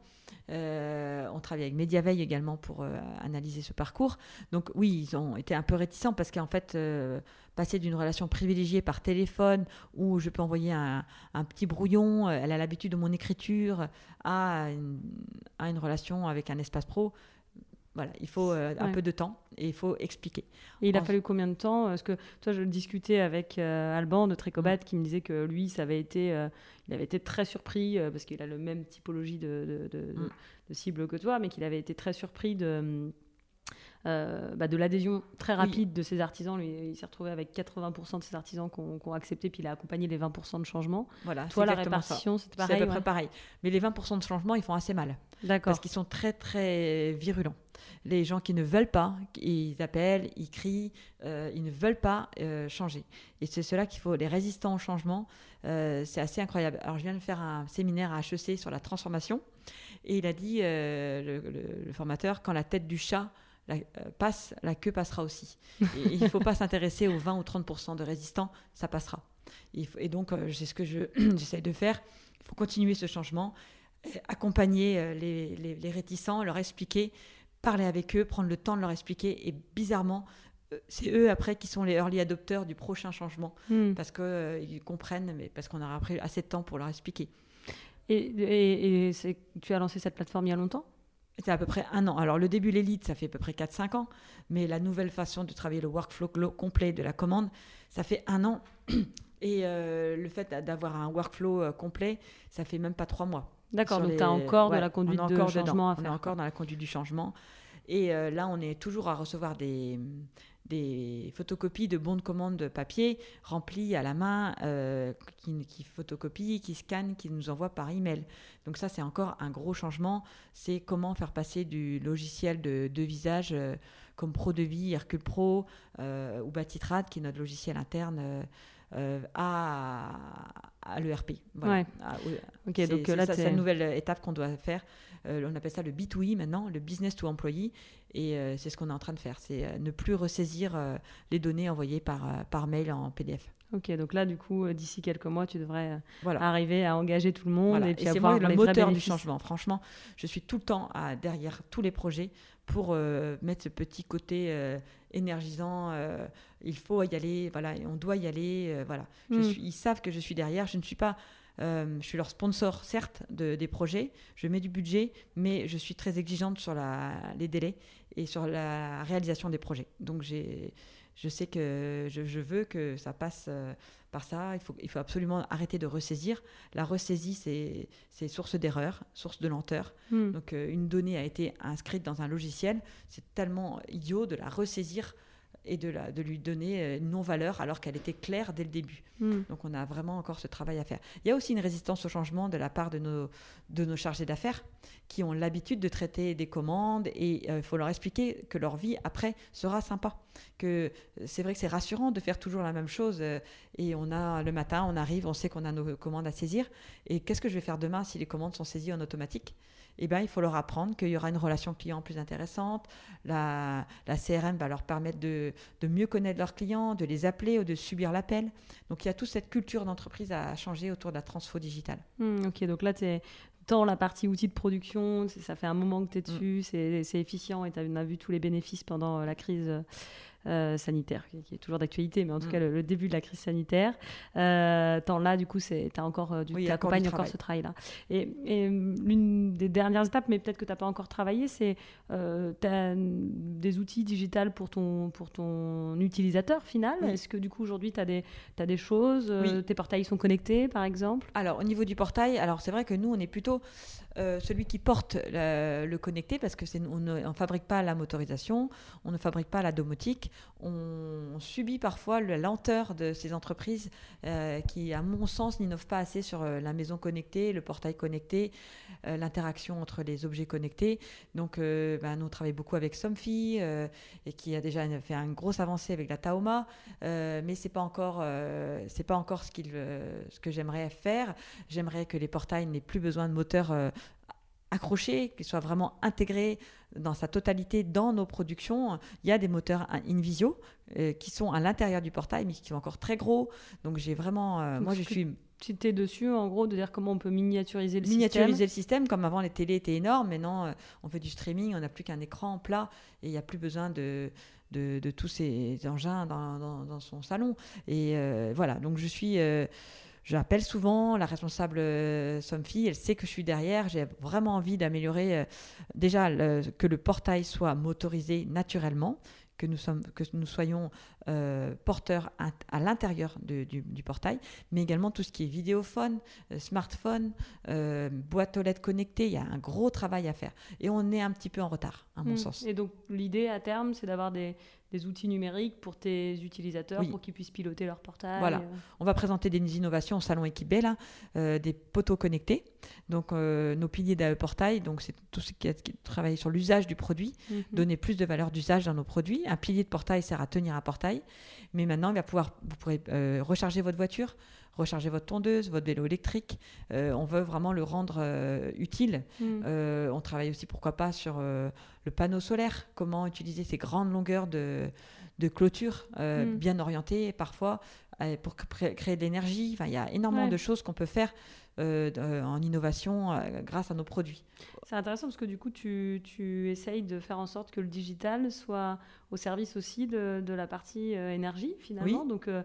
Euh, on travaille avec Mediaveil également pour euh, analyser ce parcours. Donc oui, ils ont été un peu réticents parce qu'en fait, euh, passer d'une relation privilégiée par téléphone où je peux envoyer un, un petit brouillon, elle a l'habitude de mon écriture, à une, à une relation avec un espace pro. Voilà, il faut euh, un ouais. peu de temps et il faut expliquer. Et il a en... fallu combien de temps ? Parce que toi, je discutais avec euh, Alban de Trécobat mmh. qui me disait que lui, ça avait été, euh, il avait été très surpris euh, parce qu'il a la même typologie de, de, de, mmh. de, de cible que toi, mais qu'il avait été très surpris de, euh, bah, de l'adhésion très rapide Oui. de ses artisans. Lui, il s'est retrouvé avec quatre-vingts pour cent de ses artisans qui ont, qui ont accepté, puis il a accompagné les vingt pour cent de changement. Voilà, Toi, c'est la exactement répartition, ça. c'était pareil? C'est à peu Ouais. près pareil. Mais les vingt pour cent de changement, ils font assez mal. D'accord. Parce qu'ils sont très, très virulents. Les gens qui ne veulent pas, ils appellent, ils crient, euh, ils ne veulent pas euh, changer. Et c'est cela qu'il faut, les résistants au changement, euh, c'est assez incroyable. Alors, je viens de faire un séminaire à H E C sur la transformation, et il a dit, euh, le, le, le formateur, quand la tête du chat la, euh, passe, la queue passera aussi. Et il ne faut pas s'intéresser aux vingt ou trente pour cent de résistants, ça passera. Et, et donc, euh, c'est ce que je, j'essaie de faire. Il faut continuer ce changement, accompagner les, les, les réticents, leur expliquer, parler avec eux, prendre le temps de leur expliquer. Et bizarrement, c'est eux après qui sont les early adopteurs du prochain changement, mm. parce qu'ils euh, comprennent, mais parce qu'on aura pris assez de temps pour leur expliquer. Et, et, et c'est, tu as lancé cette plateforme il y a longtemps ? C'est à peu près un an. Alors le début, l'élite, ça fait à peu près quatre cinq ans, mais la nouvelle façon de travailler le workflow complet de la commande, ça fait un an. Et euh, le fait d'avoir un workflow euh, complet, ça fait même pas trois mois. D'accord, donc les... tu as encore ouais, de la conduite de changement dedans. à faire. On est encore dans la conduite du changement. Et euh, là, on est toujours à recevoir des, des photocopies de bons de commande papier remplis à la main, euh, qui, qui photocopient, qui scannent, qui nous envoient par email. Donc ça, c'est encore un gros changement. C'est comment faire passer du logiciel de, de visage euh, comme ProDevis, Hercule Pro euh, ou Batitrade, qui est notre logiciel interne, euh, Euh, à, à l'E R P. Voilà. Ouais. À, ouais. Okay, c'est, donc c'est, là, ça, c'est la nouvelle étape qu'on doit faire. Euh, on appelle ça le B deux E maintenant, le Business to Employee. Et euh, c'est ce qu'on est en train de faire. C'est euh, ne plus ressaisir euh, les données envoyées par, euh, par mail en P D F. Ok, donc là, du coup, d'ici quelques mois, tu devrais voilà. arriver à engager tout le monde. Voilà. Et puis et c'est avoir moi les le moteur du changement. Franchement, je suis tout le temps à, derrière tous les projets pour euh, mettre ce petit côté euh, énergisant. Euh, il faut y aller, voilà, on doit y aller. Euh, voilà. Je mm. suis, ils savent que je suis derrière. Je ne suis pas... Euh, je suis leur sponsor, certes, de, des projets. Je mets du budget, mais je suis très exigeante sur la, les délais et sur la réalisation des projets. Donc, j'ai, je sais que je, je veux que ça passe euh, par ça. Il faut, il faut absolument arrêter de ressaisir. La ressaisie, c'est, c'est source d'erreur, source de lenteur. Mm. Donc, euh, une donnée a été inscrite dans un logiciel. C'est tellement idiot de la ressaisir et de, la, de lui donner une non-valeur alors qu'elle était claire dès le début. Mm. Donc, on a vraiment encore ce travail à faire. Il y a aussi une résistance au changement de la part de nos, de nos chargés d'affaires qui ont l'habitude de traiter des commandes et il euh, faut leur expliquer que leur vie, après, sera sympa. Que c'est vrai que c'est rassurant de faire toujours la même chose euh, et on a, le matin, on arrive, on sait qu'on a nos commandes à saisir et qu'est-ce que je vais faire demain si les commandes sont saisies en automatique ? Eh bien, il faut leur apprendre qu'il y aura une relation client plus intéressante. La, la C R M va leur permettre de, de mieux connaître leurs clients, de les appeler ou de subir l'appel. Donc, il y a toute cette culture d'entreprise à changer autour de la transfo digitale. Mmh, ok, donc là, tu es tant la partie outils de production, ça fait un moment que tu es dessus, mmh. c'est, c'est efficient et tu as vu tous les bénéfices pendant la crise Euh, sanitaire, qui, qui est toujours d'actualité, mais en tout mmh. cas le, le début de la crise sanitaire. Euh, tant là, du coup, tu encore, euh, oui, accompagnes encore, encore ce travail-là. Et, et l'une des dernières étapes, mais peut-être que tu n'as pas encore travaillé, c'est euh, tu as des outils digitales pour ton, pour ton utilisateur final. Oui. Est-ce que du coup, aujourd'hui, tu as des, t'as des choses oui. euh, tes portails sont connectés, par exemple ? Alors, au niveau du portail, alors c'est vrai que nous, on est plutôt euh, celui qui porte le, le connecté, parce que c'est, on ne fabrique pas la motorisation, on ne fabrique pas la domotique. On, on subit parfois la lenteur de ces entreprises euh, qui, à mon sens, n'innovent pas assez sur euh, la maison connectée, le portail connecté, euh, l'interaction entre les objets connectés. Donc, euh, ben, nous, on travaille beaucoup avec Somfy euh, et qui a déjà fait une grosse avancée avec la Taoma, euh, mais c'est pas encore, euh, c'est pas encore ce, qu'il, euh, ce que j'aimerais faire. J'aimerais que les portails n'aient plus besoin de moteurs euh, accrochés, qu'ils soient vraiment intégrés dans sa totalité dans nos productions. Il y a des moteurs InVisio euh, qui sont à l'intérieur du portail, mais qui sont encore très gros. Donc j'ai vraiment... Euh, moi, je suis... Tu étais dessus, en gros, de dire comment on peut miniaturiser le miniaturiser système. Miniaturiser le système, comme avant, les télés étaient énormes. Maintenant, euh, on fait du streaming, on n'a plus qu'un écran plat et il n'y a plus besoin de... De, de tous ces engins dans, dans, dans son salon. Et euh, voilà, donc je suis... Euh, J'appelle souvent la responsable euh, Somfy, elle sait que je suis derrière. J'ai vraiment envie d'améliorer euh, déjà le, que le portail soit motorisé naturellement, que nous, sommes, que nous soyons euh, porteurs à, à l'intérieur de, du, du portail, mais également tout ce qui est vidéophone, euh, smartphone, euh, boîte aux lettres connectée. Il y a un gros travail à faire. Et on est un petit peu en retard, à mon mmh. sens. Et donc, l'idée à terme, c'est d'avoir des, des outils numériques pour tes utilisateurs, oui. pour qu'ils puissent piloter leur portail. Voilà. On va présenter des innovations au salon Equibel, hein, euh, des poteaux connectés. Donc, euh, nos piliers d'A E portail, donc c'est tout ce qui, qui travaille sur l'usage du produit, mmh. donner plus de valeur d'usage dans nos produits. Un pilier de portail sert à tenir un portail, mais maintenant, il va pouvoir, vous pourrez euh, recharger votre voiture, recharger votre tondeuse, votre vélo électrique. Euh, on veut vraiment le rendre euh, utile. Mmh. Euh, on travaille aussi, pourquoi pas, sur euh, le panneau solaire. Comment utiliser ces grandes longueurs de, de clôture euh, mmh. bien orientées, parfois, euh, pour cré- créer de l'énergie. Enfin, il y a énormément ouais. de choses qu'on peut faire euh, euh, en innovation euh, grâce à nos produits. C'est intéressant parce que du coup, tu, tu essayes de faire en sorte que le digital soit au service aussi de, de la partie euh, énergie, finalement. Oui. Donc, euh,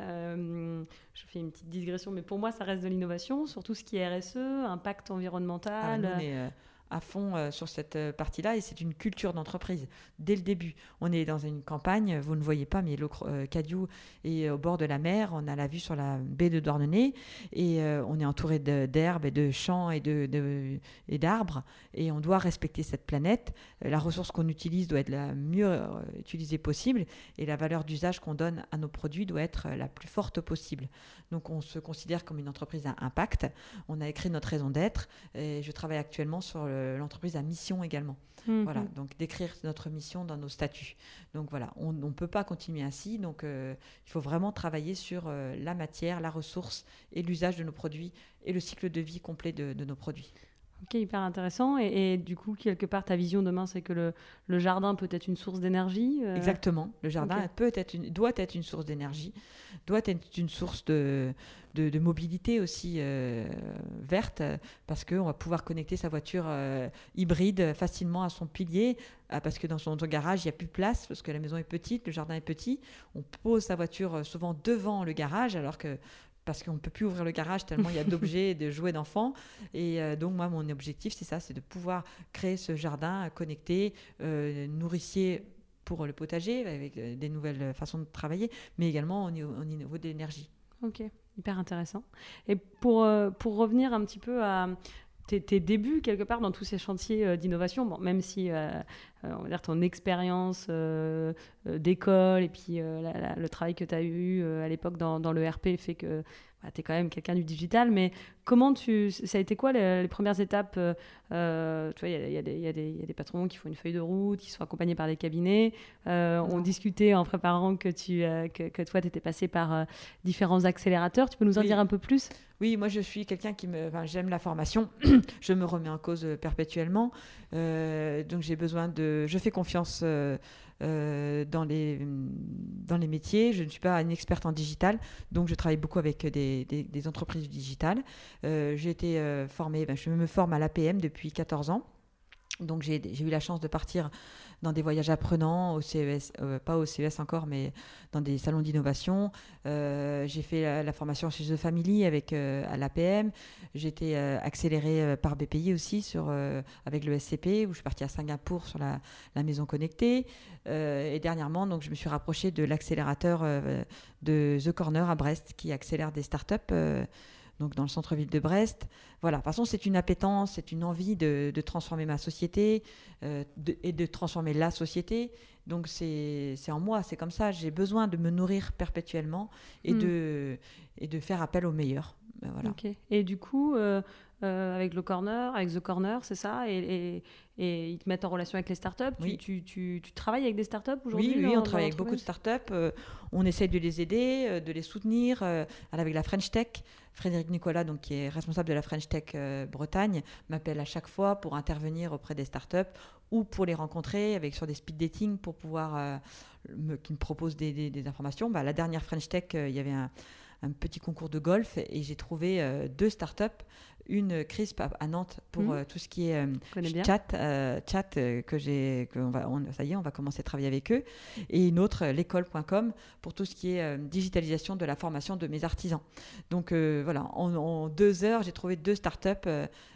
euh, je fais une petite digression, mais pour moi, ça reste de l'innovation, surtout ce qui est R S E, impact environnemental. Ah, nous, on est, euh, à fond euh, sur cette euh, partie-là, et c'est une culture d'entreprise dès le début. On est dans une campagne, vous ne voyez pas, mais le euh, Cadiou est au bord de la mer, on a la vue sur la baie de Douarnenez, et euh, on est entouré de, d'herbes et de champs et, de, de, et d'arbres, et on doit respecter cette planète. La ressource qu'on utilise doit être la mieux euh, utilisée possible, et la valeur d'usage qu'on donne à nos produits doit être la plus forte possible. Donc on se considère comme une entreprise à impact. On a écrit notre raison d'être, et je travaille actuellement sur le l'entreprise à mission également. Mmh. Voilà, donc d'écrire notre mission dans nos statuts. Donc voilà, on ne peut pas continuer ainsi. Donc euh, il faut vraiment travailler sur euh, la matière, la ressource et l'usage de nos produits et le cycle de vie complet de, de nos produits. Ok, hyper intéressant. Et, et du coup, quelque part, ta vision demain, c'est que le, le jardin peut être une source d'énergie euh... Exactement. Le jardin okay. peut être une, doit être une source d'énergie, doit être une source de, de, de mobilité aussi euh, verte, parce qu'on va pouvoir connecter sa voiture euh, hybride facilement à son pilier, euh, parce que dans son, son garage, il n'y a plus de place, parce que la maison est petite, le jardin est petit. On pose sa voiture souvent devant le garage, alors que parce qu'on ne peut plus ouvrir le garage tellement il y a d'objets et de jouets d'enfants. Et euh, donc, moi, mon objectif, c'est ça, c'est de pouvoir créer ce jardin connecté, euh, nourricier pour le potager, avec euh, des nouvelles façons de travailler, mais également au niveau, au niveau de l'énergie. Ok, hyper intéressant. Et pour, euh, pour revenir un petit peu à tes, tes débuts, quelque part, dans tous ces chantiers euh, d'innovation, bon, même si... Euh, on va dire ton expérience euh, euh, d'école et puis euh, la, la, le travail que tu as eu euh, à l'époque dans, dans le R P fait que bah, tu es quand même quelqu'un du digital, mais comment tu, ça a été quoi les, les premières étapes euh, tu vois, il y, y, y, y a des patrons qui font une feuille de route, qui sont accompagnés par des cabinets. Euh, on discutait en préparant que, tu, euh, que, que toi, tu étais passé par euh, différents accélérateurs. Tu peux nous en oui. dire un peu plus ? Oui, moi, je suis quelqu'un qui me... Enfin, j'aime la formation. Je me remets en cause perpétuellement. Euh, donc, j'ai besoin de... Je fais confiance euh, euh, dans, les, dans les métiers. Je ne suis pas une experte en digital, donc je travaille beaucoup avec des, des, des entreprises digitales. Euh, j'ai été euh, formée, ben, je me forme à l'A P M depuis quatorze ans. Donc j'ai, j'ai eu la chance de partir dans des voyages apprenants, au C E S, euh, pas au C E S encore, mais dans des salons d'innovation. Euh, j'ai fait la, la formation chez The Family avec, euh, à l'A P M. J'ai été euh, accélérée euh, par B P I aussi sur, euh, avec le S C P, où je suis partie à Singapour sur la, la maison connectée. Euh, et dernièrement, donc, je me suis rapprochée de l'accélérateur euh, de The Corner à Brest, qui accélère des startups euh, donc dans le centre-ville de Brest. Voilà, de toute façon, c'est une appétence, c'est une envie de, de transformer ma société euh, de, et de transformer la société. Donc, c'est, c'est en moi, c'est comme ça. J'ai besoin de me nourrir perpétuellement et, mmh. de, et de faire appel au meilleur. Ben, voilà. Okay. Et du coup, euh, euh, avec le Corner, avec The Corner, c'est ça, et, et, et ils te mettent en relation avec les startups. Oui. Tu, tu, tu, tu travailles avec des startups aujourd'hui ? Oui, oui, dans, on travaille avec beaucoup de startups. Euh, on essaie de les aider, euh, de les soutenir. Euh, avec la French Tech, Frédéric Nicolas, donc, qui est responsable de la French Tech euh, Bretagne, m'appelle à chaque fois pour intervenir auprès des startups ou pour les rencontrer avec, sur des speed dating pour pouvoir, euh, me, qui me proposent des, des, des informations. Bah, la dernière French Tech, euh, il y avait un, un petit concours de golf et j'ai trouvé euh, deux startups. Une CRISP à, à Nantes pour mmh. euh, tout ce qui est euh, chat, euh, chat euh, que j'ai, que on va, on, ça y est, on va commencer à travailler avec eux. Et une autre, euh, l'école point com, pour tout ce qui est euh, digitalisation de la formation de mes artisans. Donc euh, voilà, en, en deux heures, j'ai trouvé deux startups euh,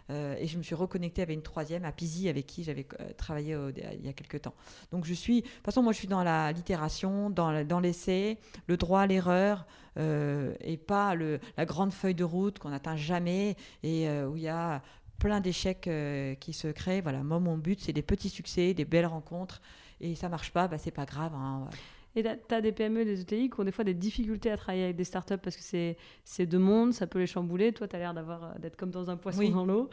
Euh, et je me suis reconnectée avec une troisième, à Pizy, avec qui j'avais euh, travaillé euh, il y a quelques temps. Donc je suis, de toute façon, moi je suis dans la l'itération, dans, la, dans l'essai, le droit à l'erreur, euh, et pas le, la grande feuille de route qu'on n'atteint jamais et euh, où il y a plein d'échecs euh, qui se créent. Voilà, moi mon but c'est des petits succès, des belles rencontres, et ça marche pas, bah, c'est pas grave. Hein. Et tu as des P M E, des E T I qui ont des fois des difficultés à travailler avec des startups parce que c'est, c'est deux mondes, ça peut les chambouler. Toi, tu as l'air d'avoir, d'être comme dans un poisson oui. dans l'eau.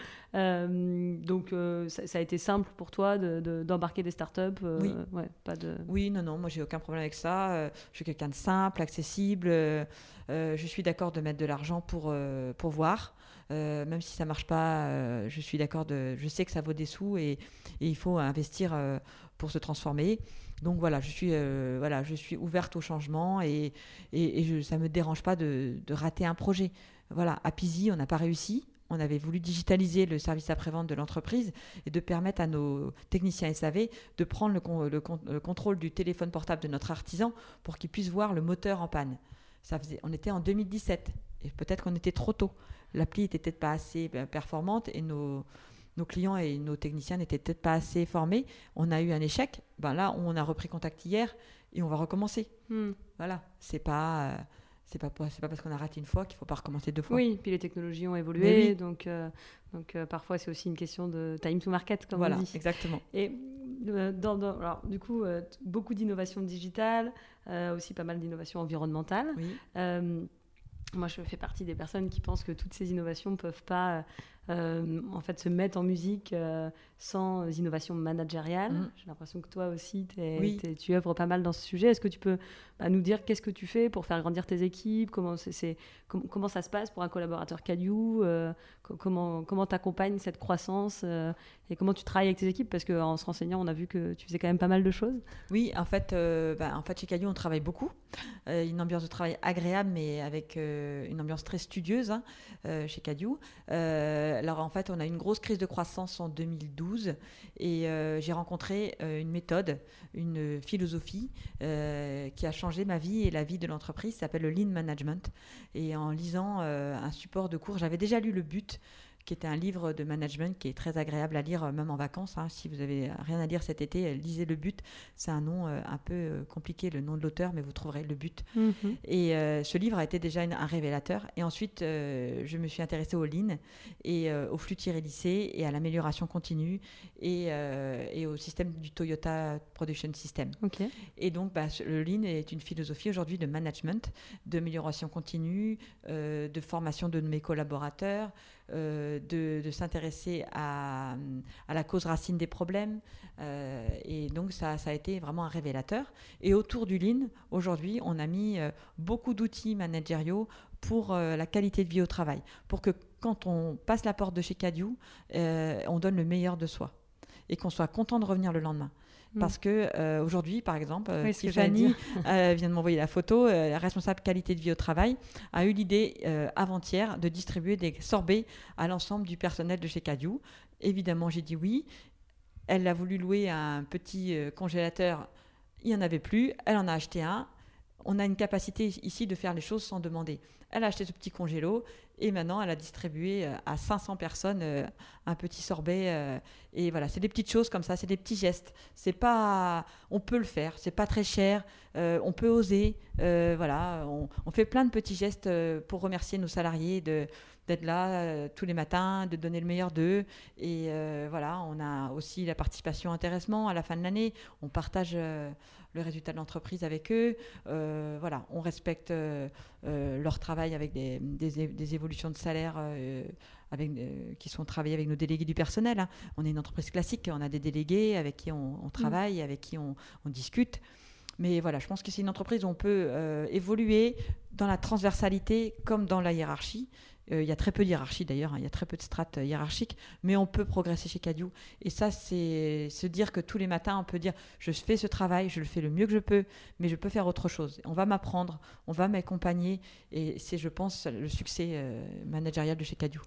Euh, donc, euh, ça, ça a été simple pour toi de, de, d'embarquer des startups euh, oui. Ouais, pas de... oui, non, non, moi, j'ai aucun problème avec ça. Euh, je suis quelqu'un de simple, accessible. Euh, euh, je suis d'accord de mettre de l'argent pour, euh, pour voir. Euh, même si ça ne marche pas, euh, je suis d'accord. De, je sais que ça vaut des sous et, et il faut investir euh, pour se transformer. Donc voilà, je suis, euh, voilà, je suis ouverte au changement et, et, et je, ça ne me dérange pas de, de rater un projet. Voilà, à Pizy, on n'a pas réussi. On avait voulu digitaliser le service après-vente de l'entreprise et de permettre à nos techniciens S A V de prendre le, con, le, con, le contrôle du téléphone portable de notre artisan pour qu'il puisse voir le moteur en panne. Ça faisait, on était en deux mille dix-sept et peut-être qu'on était trop tôt. L'appli n'était peut-être pas assez performante et nos... Nos clients et nos techniciens n'étaient peut-être pas assez formés. On a eu un échec. Ben là, on a repris contact hier et on va recommencer. Hmm. Voilà. C'est pas, euh, c'est pas, c'est pas parce qu'on a raté une fois qu'il ne faut pas recommencer deux fois. Oui, puis les technologies ont évolué. Oui. Donc, euh, donc euh, parfois, c'est aussi une question de time to market, comme voilà, on dit. Voilà, exactement. Et euh, dans, dans, alors, du coup, euh, beaucoup d'innovation digitale, euh, aussi pas mal d'innovation environnementale. Oui. Euh, moi, je fais partie des personnes qui pensent que toutes ces innovations ne peuvent pas... Euh, en fait, se mettre en musique euh, sans innovation managériale. Mmh. J'ai l'impression que toi aussi, t'es, oui. t'es, tu œuvres pas mal dans ce sujet. Est-ce que tu peux bah, nous dire qu'est-ce que tu fais pour faire grandir tes équipes, comment, c'est, c'est, com- comment ça se passe pour un collaborateur Cadiou, euh, co- comment, comment tu accompagnes cette croissance euh, et comment tu travailles avec tes équipes, parce qu'en se renseignant, on a vu que tu faisais quand même pas mal de choses. Oui, en fait, euh, bah, en fait chez Cadiou, on travaille beaucoup. Euh, une ambiance de travail agréable, mais avec euh, une ambiance très studieuse hein, euh, chez Cadiou. Euh, Alors en fait, on a eu une grosse crise de croissance en deux mille douze et euh, j'ai rencontré euh, une méthode, une philosophie euh, qui a changé ma vie et la vie de l'entreprise. Ça s'appelle le Lean Management. Et en lisant euh, un support de cours, j'avais déjà lu Le But, qui était un livre de management qui est très agréable à lire, même en vacances. Hein. Si vous n'avez rien à lire cet été, lisez Le But. C'est un nom euh, un peu euh, compliqué, le nom de l'auteur, mais vous trouverez Le But. Mm-hmm. Et euh, ce livre a été déjà une, un révélateur. Et ensuite, euh, je me suis intéressée au Lean et euh, au flux tiré lissé et à l'amélioration continue et, euh, et au système du Toyota Production System. Okay. Et donc, bah, le Lean est une philosophie aujourd'hui de management, d'amélioration continue, euh, de formation de mes collaborateurs, Euh, de, de s'intéresser à, à la cause racine des problèmes. Euh, et donc, ça, ça a été vraiment un révélateur. Et autour du Lean, aujourd'hui, on a mis euh, beaucoup d'outils managériaux pour euh, la qualité de vie au travail. Pour que quand on passe la porte de chez Cadiou, euh, on donne le meilleur de soi. Et qu'on soit content de revenir le lendemain. Parce que euh, aujourd'hui, par exemple, euh, oui, Stéphanie euh, vient de m'envoyer la photo, euh, la responsable qualité de vie au travail, a eu l'idée euh, avant-hier de distribuer des sorbets à l'ensemble du personnel de chez Cadiou. Évidemment, j'ai dit oui. Elle a voulu louer un petit euh, congélateur. Il n'y en avait plus. Elle en a acheté un. On a une capacité ici de faire les choses sans demander. Elle a acheté ce petit congélo et maintenant elle a distribué à cinq cents personnes un petit sorbet. Et voilà, c'est des petites choses comme ça, c'est des petits gestes. C'est pas, on peut le faire, c'est pas très cher, euh, on peut oser. Euh, voilà, on, on fait plein de petits gestes pour remercier nos salariés de, d'être là euh, tous les matins, de donner le meilleur d'eux. Et euh, voilà, on a aussi la participation intéressement à la fin de l'année. On partage euh, le résultat de l'entreprise avec eux. Euh, voilà, on respecte euh, euh, leur travail avec des, des, des évolutions de salaire euh, avec, euh, qui sont travaillées avec nos délégués du personnel. Hein. On est une entreprise classique, on a des délégués avec qui on, on travaille, mmh. avec qui on, on discute. Mais voilà, je pense que c'est une entreprise où on peut euh, évoluer dans la transversalité comme dans la hiérarchie. Il euh, y a très peu de hiérarchie d'ailleurs, il hein, y a très peu de strates hiérarchiques, mais on peut progresser chez Cadiou. Et ça, c'est se dire que tous les matins, on peut dire je fais ce travail, je le fais le mieux que je peux, mais je peux faire autre chose. On va m'apprendre, on va m'accompagner, et c'est, je pense, le succès euh, managérial de chez Cadiou.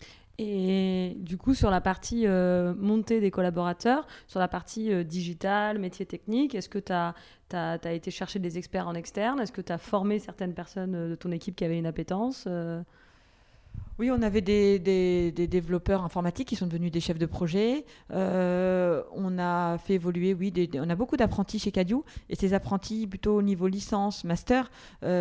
Et du coup, sur la partie euh, montée des collaborateurs, sur la partie euh, digitale, métier technique, est-ce que tu as été chercher des experts en externe ? Est-ce que tu as formé certaines personnes de ton équipe qui avaient une appétence ? euh Oui, on avait des, des, des développeurs informatiques qui sont devenus des chefs de projet. Euh, on a fait évoluer, oui, des, des- on a beaucoup d'apprentis chez Cadio. Et ces apprentis, plutôt au niveau licence, master,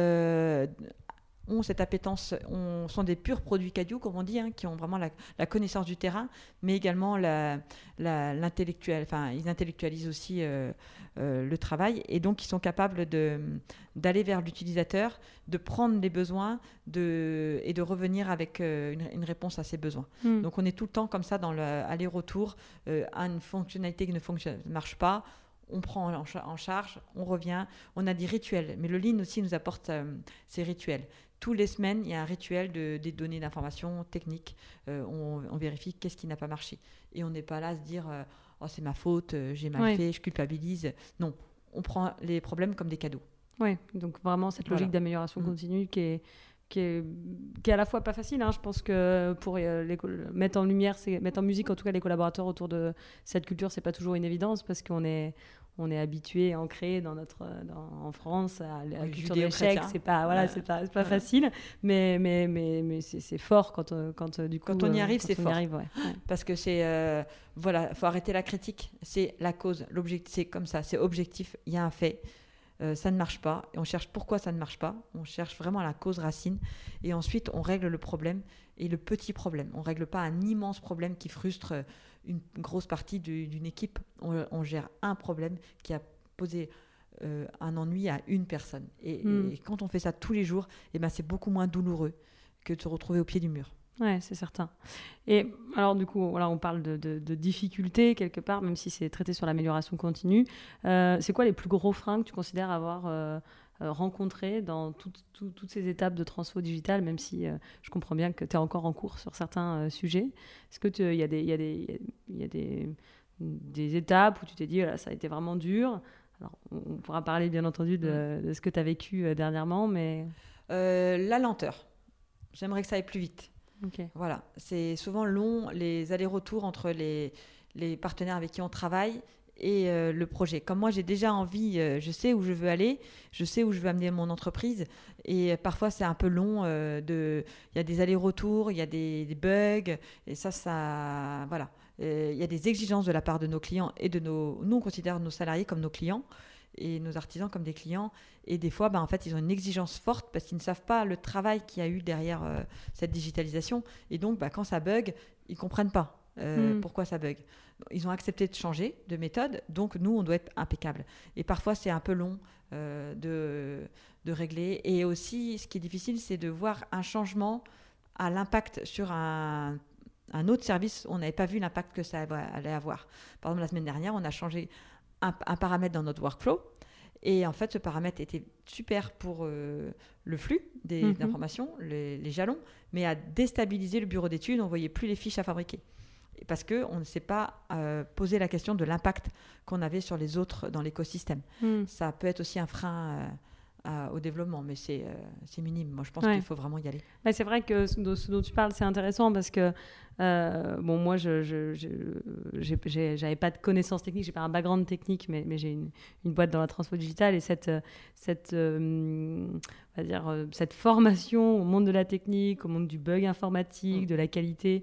euh, ont cette appétence, on, sont des purs produits Cadio, comme on dit, hein, qui ont vraiment la, la connaissance du terrain, mais également la, la- l'intellectuel. Enfin, ils intellectualisent aussi euh, euh, le travail, et donc ils sont capables de, d'aller vers l'utilisateur, de prendre les besoins de, et de revenir avec euh, une, une réponse à ses besoins. Mm. Donc on est tout le temps comme ça dans l'aller-retour, euh, à une fonctionnalité qui ne fonctionne, marche pas. On prend en, cha- en charge, on revient, on a des rituels. Mais le Lean aussi nous apporte euh, ces rituels. Tous les semaines, il y a un rituel de, des données d'information technique. Euh, on, on vérifie qu'est-ce qui n'a pas marché. Et on n'est pas là à se dire euh, oh, c'est ma faute, euh, j'ai mal Ouais. fait, je culpabilise. Non, on prend les problèmes comme des cadeaux. Ouais, donc vraiment cette logique Voilà. d'amélioration Mm. continue qui est, qui est, qui est à la fois pas facile. Hein. Je pense que pour euh, les co- mettre en lumière, c'est, mettre en musique en tout cas les collaborateurs autour de cette culture, c'est pas toujours une évidence parce qu'on est, on est habitué, ancré dans notre, dans- en France à la Oui, culture de l'échec. judéo-chrétien. C'est pas, voilà, Ouais. c'est pas, c'est pas Ouais. facile, mais, mais, mais, mais c'est, c'est fort quand, euh, quand euh, du coup, Quand on y euh, arrive, quand c'est on y fort. arrive, ouais. Ouais. Parce que c'est euh, voilà, faut arrêter la critique. C'est la cause, l'objectif, c'est comme ça, c'est objectif. Il y a un fait, euh, ça ne marche pas, et on cherche pourquoi ça ne marche pas. On cherche vraiment la cause racine, et ensuite on règle le problème et le petit problème. On règle pas un immense problème qui frustre euh, une grosse partie du- d'une équipe. On, on gère un problème qui a posé euh, un ennui à une personne. Et, Mm. et quand on fait ça tous les jours, eh ben c'est beaucoup moins douloureux que de se retrouver au pied du mur. Ouais, c'est certain. Et alors, du coup, voilà, on parle de, de, de difficultés quelque part, même si c'est traité sur l'amélioration continue. Euh, c'est quoi les plus gros freins que tu considères avoir euh, euh, rencontrés dans toutes- toutes toutes ces étapes de transfo digital, même si euh, je comprends bien que tu es encore en cours sur certains euh, sujets. Est-ce qu'il y a des, il y a des, il y a des, des étapes où tu t'es dit, voilà, ça a été vraiment dur? Alors, on, on pourra parler bien entendu de, de ce que tu as vécu euh, dernièrement, mais... Euh, la lenteur. J'aimerais que ça aille plus vite. Ok. Voilà, c'est souvent long les allers-retours entre les, les partenaires avec qui on travaille et euh, le projet. Comme moi, j'ai déjà envie, euh, je sais où je veux aller, je sais où je veux amener mon entreprise, et euh, parfois c'est un peu long. euh, de, il y a des allers-retours, il y a des, des bugs, et ça, ça, voilà. Euh, il y a des exigences de la part de nos clients et de nos, nous on considère nos salariés comme nos clients et nos artisans comme des clients. Et des fois, ben, en fait, ils ont une exigence forte parce qu'ils ne savent pas le travail qu'il y a eu derrière euh, cette digitalisation. Et donc, ben, quand ça bug, ils ne comprennent pas euh, Mm. pourquoi ça bug. Ils ont accepté de changer de méthode, donc nous, on doit être impeccable. Et parfois, c'est un peu long euh, de, de régler. Et aussi, ce qui est difficile, c'est de voir un changement à l'impact sur un, un autre service. On n'avait pas vu l'impact que ça allait avoir. Par exemple, la semaine dernière, on a changé un, un paramètre dans notre workflow. Et en fait, ce paramètre était super pour euh, le flux des Mhm. informations, les, les jalons, mais a déstabilisé le bureau d'études. On ne voyait plus les fiches à fabriquer. Et parce qu'on ne s'est pas euh, posé la question de l'impact qu'on avait sur les autres dans l'écosystème. Mm. Ça peut être aussi un frein euh, à- au développement, mais c'est euh, c'est minime. Moi, je pense Ouais. qu'il faut vraiment y aller. Ouais, c'est vrai que ce dont, ce dont tu parles, c'est intéressant parce que, euh, bon, moi, je je, je, j'ai- j'ai- j'avais pas de connaissances techniques, j'ai pas un background technique, mais, mais j'ai une, une boîte dans la transfo digitale et cette, euh, cette, euh, on va dire, euh, cette formation au monde de la technique, au monde du bug informatique, Mm. de la qualité,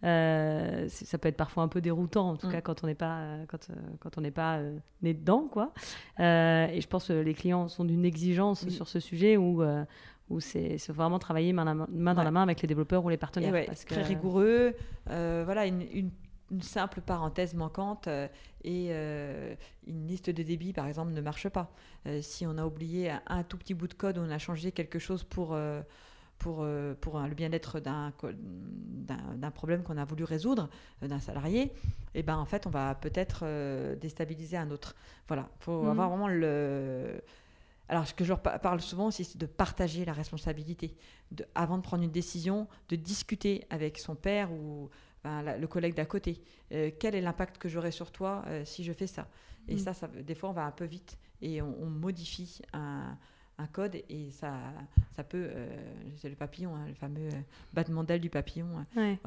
euh, c'est- ça peut être parfois un peu déroutant, en tout Mm. cas quand on n'est pas, euh, quand, euh, quand on n'est pas euh, né dedans, quoi. Euh, et je pense que les clients sont d'une exigence Oui. sur ce sujet où euh, où c'est c'est vraiment travailler main, la main, main dans Ouais. la main avec les développeurs ou les Et partenaires. ouais, parce que... très rigoureux. Euh, voilà, une, une- une simple parenthèse manquante euh, et euh, une liste de débit, par exemple, ne marche pas. Euh, si on a oublié un, un tout petit bout de code, on a changé quelque chose pour, euh, pour, euh, pour un- le bien-être d'un, co- d'un, d'un problème qu'on a voulu résoudre, euh, d'un salarié, et ben en fait, on va peut-être euh, déstabiliser un autre. Voilà, il faut Mhm. avoir vraiment le... Alors, ce que je leur pa- parle souvent aussi, c'est de partager la responsabilité. De, avant de prendre une décision, de discuter avec son père ou ben, la- le collègue d'à côté. Euh, quel est l'impact que j'aurai sur toi euh, si je fais ça? Et Mm. ça, ça, des fois, on va un peu vite et on, on modifie un, un code et ça, ça peut... euh, c'est le papillon, hein, le fameux euh, battement d'aile du papillon. hein. Ouais. Voilà.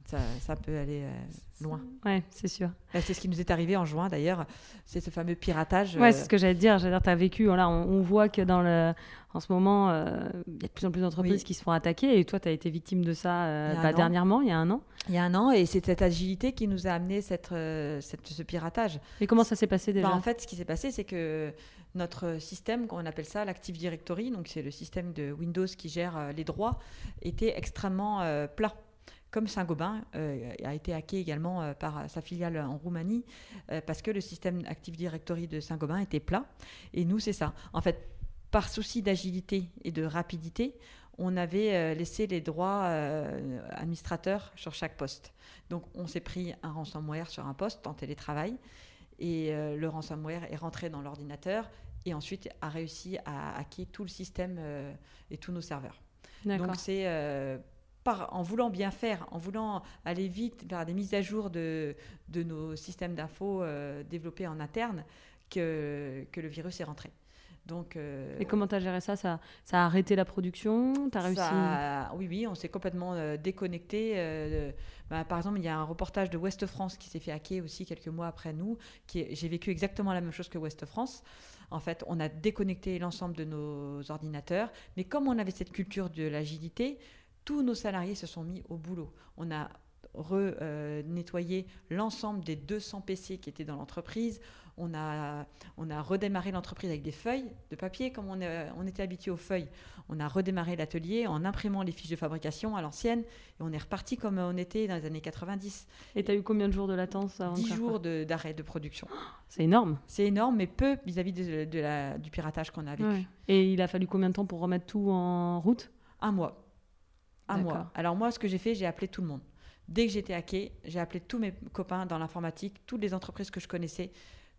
ça, ça peut aller euh, loin. Ouais, c'est sûr. Bah, c'est ce qui nous est arrivé en juin d'ailleurs, c'est ce fameux piratage. Ouais, euh, c'est ce que j'allais te dire. J'allais dire, tu as vécu, voilà, on, on voit que dans le, en ce moment, euh, il y a de plus en plus d'entreprises Oui. qui se font attaquer et toi, tu as été victime de ça euh, Il y a un bah, an. dernièrement, il y a un an. Il y a un an, et c'est cette agilité qui nous a amené cette, euh, cette, ce piratage. Et comment ça s'est passé déjà? Bah, en fait, ce qui s'est passé, c'est que notre système, on appelle ça l'Active Directory, donc c'est le système de Windows qui gère euh, les droits, était extrêmement euh, plat. Comme Saint-Gobain euh, a été hacké également euh, par sa filiale en Roumanie, euh, parce que le système Active Directory de Saint-Gobain était plat. Et nous, c'est ça. En fait, par souci d'agilité et de rapidité, on avait euh, laissé les droits euh, administrateurs sur chaque poste. Donc, on s'est pris un ransomware sur un poste en télétravail, et euh, le ransomware est rentré dans l'ordinateur et ensuite a réussi à hacker tout le système euh, et tous nos serveurs. D'accord. Donc, c'est... Euh, Par, en voulant bien faire, en voulant aller vite vers des mises à jour de, de nos systèmes d'infos euh, développés en interne, que, que le virus est rentré. Donc, euh, Et comment tu as géré ça, ça Ça a arrêté la production? Tu as réussi? ça, oui, oui, on s'est complètement euh, déconnecté. Euh, bah, par exemple, il y a un reportage de Ouest France qui s'est fait hacker aussi quelques mois après nous. Qui est, j'ai vécu exactement la même chose que Ouest France. En fait, on a déconnecté l'ensemble de nos ordinateurs. Mais comme on avait cette culture de l'agilité, tous nos salariés se sont mis au boulot. On a re-nettoyé euh, l'ensemble des deux cents P C qui étaient dans l'entreprise. On a, on a redémarré l'entreprise avec des feuilles de papier, comme on, est, on était habitué aux feuilles. On a redémarré l'atelier en imprimant les fiches de fabrication à l'ancienne. Et on est reparti comme on était dans les années quatre-vingt-dix. Et tu as eu combien de jours de latence avant? dix jours de, d'arrêt de production. C'est énorme. C'est énorme, mais peu vis-à-vis de, de la, du piratage qu'on a vécu. Ouais. Et il a fallu combien de temps pour remettre tout en route? Un mois. Un D'accord. mois. Alors moi, ce que j'ai fait, j'ai appelé tout le monde. Dès que j'étais hacké, j'ai appelé tous mes copains dans l'informatique, toutes les entreprises que je connaissais.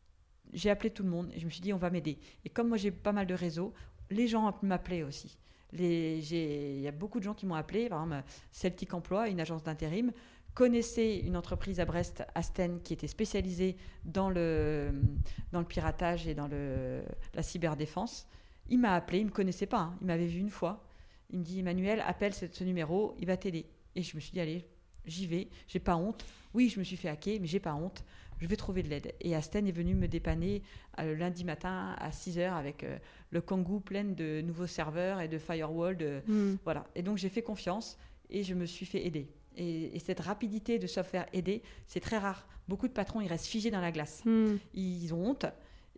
J'ai appelé tout le monde et je me suis dit, on va m'aider. Et comme moi, j'ai pas mal de réseaux, les gens m'appelaient aussi. Les, j'ai, il y a beaucoup de gens qui m'ont appelé. Par exemple, Celtic Emploi, une agence d'intérim, connaissait une entreprise à Brest, Asten, qui était spécialisée dans le, dans le piratage et dans le, la cyberdéfense. Il m'a appelé, il ne me connaissait pas, hein. Il m'avait vu une fois. Il me dit, Emmanuel, appelle ce, ce numéro, il va t'aider. Et je me suis dit, allez, j'y vais, j'ai pas honte. Oui, je me suis fait hacker, mais j'ai pas honte. Je vais trouver de l'aide. Et Asten est venu me dépanner euh, lundi matin à six heures avec euh, le Kangoo plein de nouveaux serveurs et de firewall. De, Mm. Voilà. Et donc, j'ai fait confiance et je me suis fait aider. Et, et cette rapidité de se faire aider, c'est très rare. Beaucoup de patrons, ils restent figés dans la glace. Mm. Ils ont honte.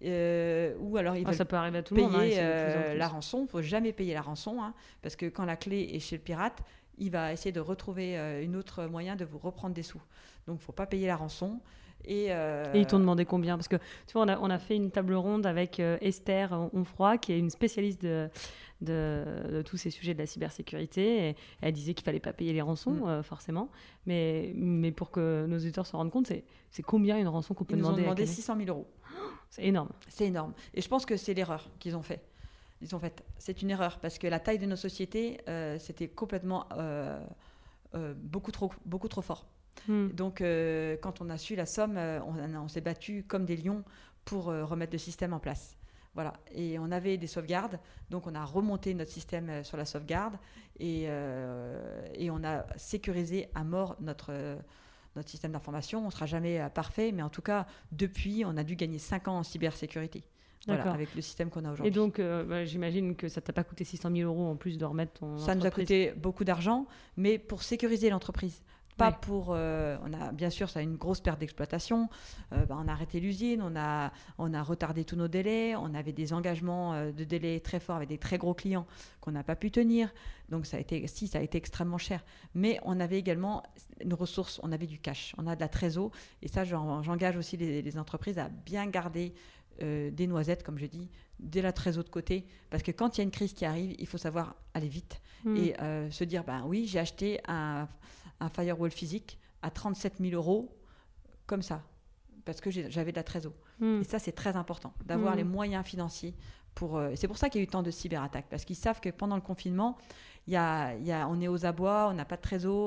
Euh, ou alors ils Ah, veulent ça peut arriver à tout le monde. hein, et payer c'est de plus en euh, plus. la rançon. Il ne faut jamais payer la rançon, hein, parce que quand la clé est chez le pirate, il va essayer de retrouver euh, un autre moyen de vous reprendre des sous. Donc, il ne faut pas payer la rançon. Et, euh, Et ils t'ont demandé combien? Parce que tu vois, on a, on a fait une table ronde avec euh, Esther Onfroy, qui est une spécialiste de, de, de tous ces sujets de la cybersécurité. Et elle disait qu'il ne fallait pas payer les rançons, Mm. euh, forcément. Mais, mais pour que nos auditeurs se rendent compte, c'est, c'est combien une rançon qu'on peut ils nous ont demander à demandé quelqu'un? six cent mille euros. C'est énorme. C'est énorme. Et je pense que c'est l'erreur qu'ils ont fait. Ils ont fait. C'est une erreur parce que la taille de nos sociétés, euh, c'était complètement euh, euh, beaucoup trop, beaucoup trop fort. Mm. Donc, euh, quand on a su la somme, euh, on, on s'est battu comme des lions pour euh, remettre le système en place. Voilà. Et on avait des sauvegardes, donc on a remonté notre système euh, sur la sauvegarde et, euh, et on a sécurisé à mort notre, euh, notre système d'information. On ne sera jamais euh, parfait, mais en tout cas, depuis, on a dû gagner cinq ans en cybersécurité. Voilà, D'accord. avec le système qu'on a aujourd'hui. Et donc, euh, bah, j'imagine que ça ne t'a pas coûté six cent mille euros en plus de remettre ton Ça nous a entreprise. coûté beaucoup d'argent, mais pour sécuriser l'entreprise. Pas Ouais. pour... euh, on a, bien sûr, ça a une grosse perte d'exploitation. Euh, bah, on a arrêté l'usine, on a, on a retardé tous nos délais. On avait des engagements euh, de délais très forts avec des très gros clients qu'on n'a pas pu tenir. Donc, ça a été, si, ça a été extrêmement cher. Mais on avait également une ressource, on avait du cash, on a de la trésor. Et ça, j'en- j'engage aussi les, les entreprises à bien garder euh, des noisettes, comme je dis, de la trésor de côté. Parce que quand il y a une crise qui arrive, il faut savoir aller vite. Mm. Et euh, se dire, ben oui, j'ai acheté un, un firewall physique à trente-sept mille euros, comme ça, parce que j'ai- j'avais de la trésor. Mm. Et ça, c'est très important, d'avoir Mm. les moyens financiers. Pour, euh, c'est pour ça qu'il y a eu tant de cyberattaques, parce qu'ils savent que pendant le confinement, il y a, il y a, on est aux abois, on n'a pas de trésor,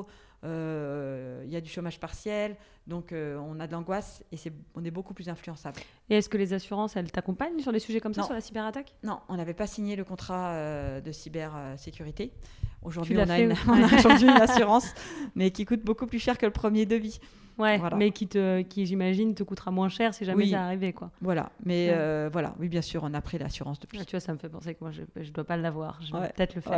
euh, il y a du chômage partiel, donc euh, on a de l'angoisse et c'est, on est beaucoup plus influençable. Et est-ce que les assurances, elles t'accompagnent sur des sujets comme ça, Non. sur la cyberattaque ? Non, on n'avait pas signé le contrat euh, de cybersécurité. Aujourd'hui, Tu l'as on a, fait, une, ouais. on a aujourd'hui une assurance, mais qui coûte beaucoup plus cher que le premier devis. Ouais, Voilà. mais qui, te, qui, j'imagine, te coûtera moins cher si jamais Oui. ça arrivait, quoi. Voilà, mais Ouais. euh, voilà, oui, bien sûr, on a pris l'assurance depuis. Ah, tu vois, ça me fait penser que moi, je ne dois pas l'avoir. Je vais Ouais. peut-être le faire.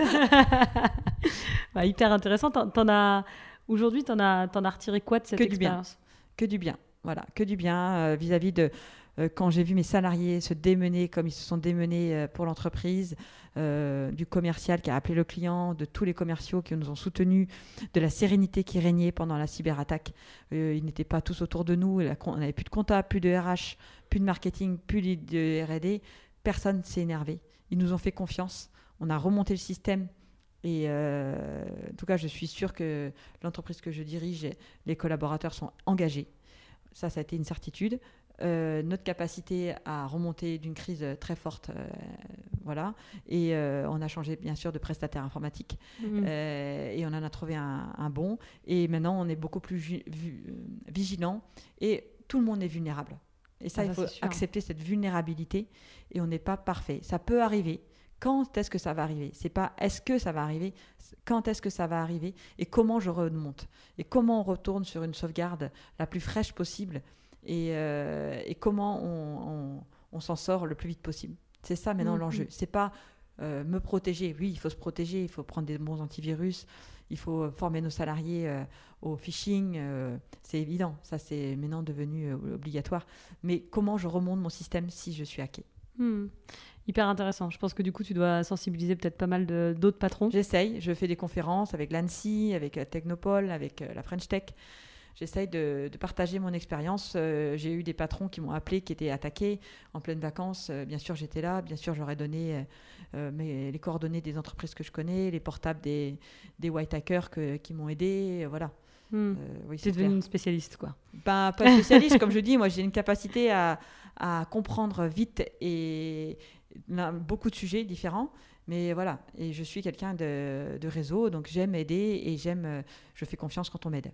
Voilà. Bah, hyper intéressant. T'en, t'en as... Aujourd'hui, tu en as, t'en as retiré quoi de cette Que du bien. expérience ? Que du bien, voilà, que du bien euh, vis-à-vis de euh, quand j'ai vu mes salariés se démener comme ils se sont démenés euh, pour l'entreprise, euh, du commercial qui a appelé le client, de tous les commerciaux qui nous ont soutenus, de la sérénité qui régnait pendant la cyberattaque. Euh, ils n'étaient pas tous autour de nous, la, on n'avait plus de compta, plus de R H, plus de marketing, plus de R et D. Personne ne s'est énervé. Ils nous ont fait confiance. On a remonté le système. Et euh, en tout cas, je suis sûre que l'entreprise que je dirige, les collaborateurs sont engagés. Ça, ça a été une certitude. Euh, notre capacité à remonter d'une crise très forte, euh, voilà. Et euh, on a changé, bien sûr, de prestataire informatique. Mmh. Euh, et on en a trouvé un, un bon. Et maintenant, on est beaucoup plus vu, vu, vigilant. Et tout le monde est vulnérable. Et ça, Ah, il ça, faut c'est sûr. accepter cette vulnérabilité. Et on n'est pas parfait. Ça peut arriver. Quand est-ce que ça va arriver ? C'est pas est-ce que ça va arriver, quand est-ce que ça va arriver et comment je remonte et comment on retourne sur une sauvegarde la plus fraîche possible et, euh, et comment on, on, on s'en sort le plus vite possible. C'est ça maintenant Mmh. l'enjeu. C'est pas euh, me protéger. Oui, il faut se protéger, il faut prendre des bons antivirus, il faut former nos salariés euh, au phishing. Euh, c'est évident, ça c'est maintenant devenu euh, obligatoire. Mais comment je remonte mon système si je suis hacké ? Mmh. Hyper intéressant. Je pense que du coup, tu dois sensibiliser peut-être pas mal de, d'autres patrons. J'essaye, je fais des conférences avec l'Annecy, avec euh, Technopole, avec euh, la French Tech. J'essaye de, de partager mon expérience. Euh, j'ai eu des patrons qui m'ont appelé, qui étaient attaqués en pleines vacances. Euh, bien sûr, j'étais là. Bien sûr, j'aurais donné euh, mes, les coordonnées des entreprises que je connais, les portables des, des white hackers que, qui m'ont aidé. Voilà. Mmh. Euh, oui, Tu c'est es devenue clair. une spécialiste, quoi. Ben, pas spécialiste, comme je dis. Moi, j'ai une capacité à, à comprendre vite et là, beaucoup de sujets différents. Mais voilà, et je suis quelqu'un de, de réseau, donc j'aime aider et j'aime, euh, je fais confiance quand on m'aide.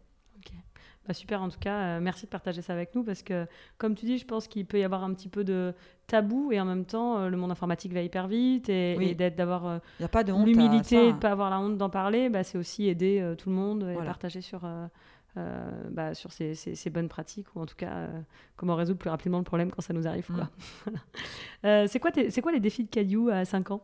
Bah super, en tout cas, euh, merci de partager ça avec nous parce que, comme tu dis, je pense qu'il peut y avoir un petit peu de tabou et en même temps, euh, le monde informatique va hyper vite et, Oui. et d'être, d'avoir euh, Il n'y a pas de honte l'humilité à et de ça. ne pas avoir la honte d'en parler, bah, c'est aussi aider euh, tout le monde et Voilà. partager sur, euh, euh, bah, sur ces, ces, ces bonnes pratiques ou en tout cas euh, comment résoudre plus rapidement le problème quand ça nous arrive. Quoi. Mm. euh, c'est, quoi tes, c'est quoi les défis de Cadiou à cinq ans ?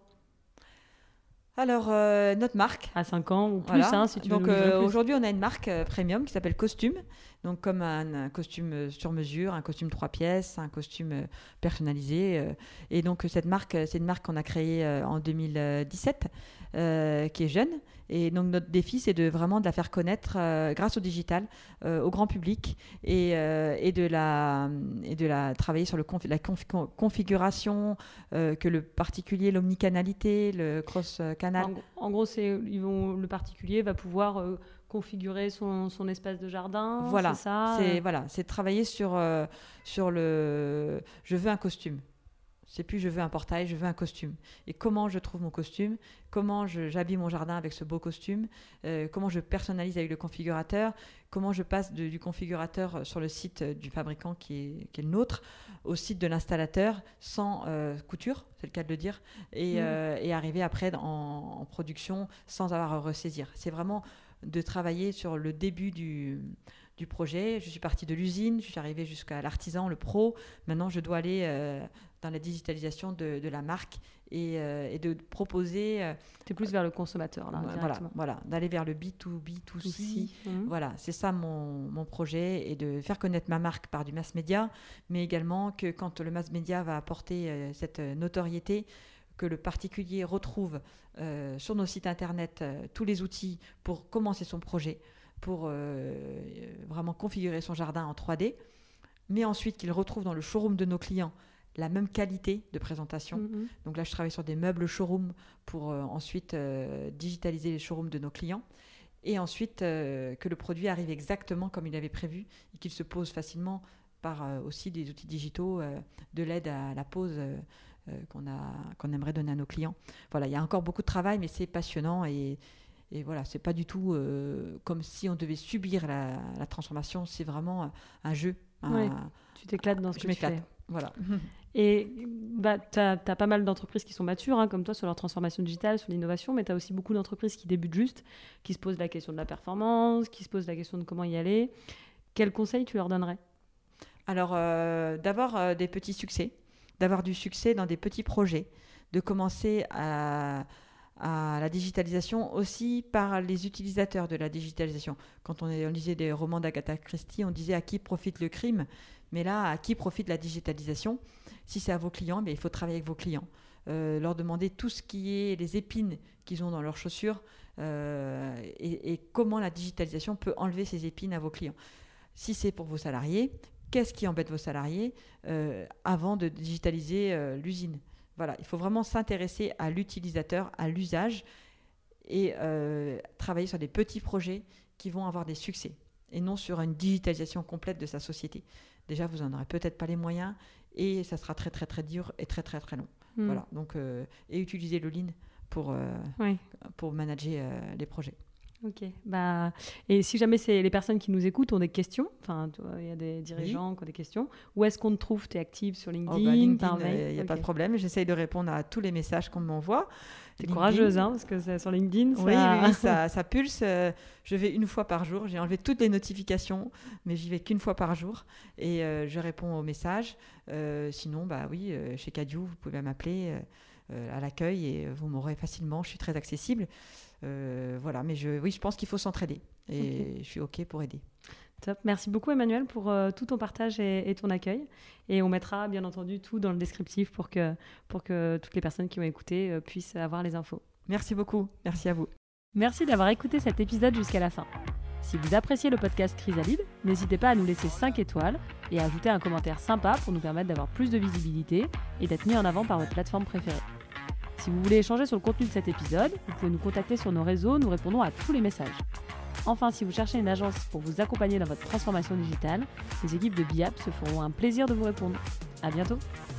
Alors, euh, notre marque. À cinq ans ou plus, Voilà. hein, si tu veux Donc nous livrer euh, plus. aujourd'hui, on a une marque euh, premium qui s'appelle Costume. Donc comme un, un costume euh, sur mesure, un costume trois pièces, un costume euh, personnalisé. euh. Et donc cette marque, euh, c'est une marque qu'on a créée euh, en deux mille dix-sept, euh, qui est jeune. Et donc notre défi, c'est de vraiment de la faire connaître euh, grâce au digital, euh, au grand public, et, euh, et de la et de la travailler sur le confi- la confi- configuration, euh, que le particulier, l'omnicanalité, le cross canal. En, en gros, c'est, ils vont, le particulier va pouvoir euh, configurer son, son espace de jardin, Voilà, c'est ça c'est euh, voilà, c'est de travailler sur euh, sur le. Je veux un costume. C'est plus je veux un portail, je veux un costume. Et comment je trouve mon costume, comment je, j'habille mon jardin avec ce beau costume, euh, comment je personnalise avec le configurateur, comment je passe de- du configurateur sur le site du fabricant qui est, qui est le nôtre au site de l'installateur sans euh, couture, c'est le cas de le dire, et, Mmh. euh, et arriver après en, en production sans avoir à ressaisir. C'est vraiment de travailler sur le début du, du projet. Je suis partie de l'usine, je suis arrivée jusqu'à l'artisan, le pro. Maintenant, je dois aller euh, dans la digitalisation de, de la marque et, euh, et de proposer, euh, T'es plus vers le consommateur, là, voilà, directement. voilà, d'aller vers le B deux B deux C. Aussi. Mhm. Voilà, c'est ça mon, mon projet, et de faire connaître ma marque par du mass média, mais également que quand le mass média va apporter euh, cette notoriété, que le particulier retrouve euh, sur nos sites internet euh, tous les outils pour commencer son projet, pour euh, vraiment configurer son jardin en trois D, mais ensuite qu'il retrouve dans le showroom de nos clients la même qualité de présentation. Mhm. Donc là, je travaille sur des meubles showroom pour euh, ensuite euh, digitaliser les showrooms de nos clients. Et ensuite, euh, que le produit arrive exactement comme il avait prévu et qu'il se pose facilement par euh, aussi des outils digitaux, euh, de l'aide à la pose euh, euh, qu'on, a, qu'on aimerait donner à nos clients. Voilà, il y a encore beaucoup de travail, mais c'est passionnant et, et voilà, c'est pas du tout euh, comme si on devait subir la, la transformation. C'est vraiment un jeu. Un, ouais, tu t'éclates dans ce je que m'éclate. tu fais. Voilà. Et bah, tu as pas mal d'entreprises qui sont matures, hein, comme toi, sur leur transformation digitale, sur l'innovation, mais tu as aussi beaucoup d'entreprises qui débutent juste, qui se posent la question de la performance, qui se posent la question de comment y aller. Quels conseils tu leur donnerais ? Alors, euh, d'avoir euh, des petits succès, d'avoir du succès dans des petits projets, de commencer à, à la digitalisation aussi par les utilisateurs de la digitalisation. Quand on, est, on lisait des romans d'Agatha Christie, on disait à qui profite le crime, mais là, à qui profite la digitalisation ? Si c'est à vos clients, mais il faut travailler avec vos clients, euh, leur demander tout ce qui est les épines qu'ils ont dans leurs chaussures euh, et, et comment la digitalisation peut enlever ces épines à vos clients. Si c'est pour vos salariés, qu'est-ce qui embête vos salariés euh, avant de digitaliser euh, l'usine ? Voilà, il faut vraiment s'intéresser à l'utilisateur, à l'usage et euh, travailler sur des petits projets qui vont avoir des succès et non sur une digitalisation complète de sa société. Déjà, vous n'en aurez peut-être pas les moyens et ça sera très très très dur et très très très long. Mmh. Voilà, donc euh, et utiliser le Lean pour, euh, oui. pour manager euh, les projets. Ok. Bah, et si jamais c'est les personnes qui nous écoutent ont des questions, enfin, il y a des dirigeants oui. qui ont des questions, où est-ce qu'on te trouve ? Tu es active sur LinkedIn, oh bah, LinkedIn, par mail ? Il n'y a okay. pas de problème. J'essaye de répondre à tous les messages qu'on m'envoie. Tu es courageuse, hein, parce que c'est sur LinkedIn, ça... Oui, oui ça, ça pulse. Euh, je vais une fois par jour. J'ai enlevé toutes les notifications, mais j'y vais qu'une fois par jour. Et euh, je réponds aux messages. Euh, sinon, bah oui, euh, chez Cadieux, vous pouvez m'appeler euh, à l'accueil et vous m'aurez facilement. Je suis très accessible. Euh, voilà, mais je, oui, je pense qu'il faut s'entraider et okay. je suis OK pour aider. Top. Merci beaucoup Emmanuel pour euh, tout ton partage et, et ton accueil. Et on mettra bien entendu tout dans le descriptif pour que, pour que toutes les personnes qui ont écouté euh, puissent avoir les infos. Merci beaucoup. Merci à vous. Merci d'avoir écouté cet épisode jusqu'à la fin. Si vous appréciez le podcast Chrysalide, n'hésitez pas à nous laisser cinq étoiles et à ajouter un commentaire sympa pour nous permettre d'avoir plus de visibilité et d'être mis en avant par votre plateforme préférée. Si vous voulez échanger sur le contenu de cet épisode, vous pouvez nous contacter sur nos réseaux, nous répondons à tous les messages. Enfin, si vous cherchez une agence pour vous accompagner dans votre transformation digitale, les équipes de B I A P se feront un plaisir de vous répondre. À bientôt!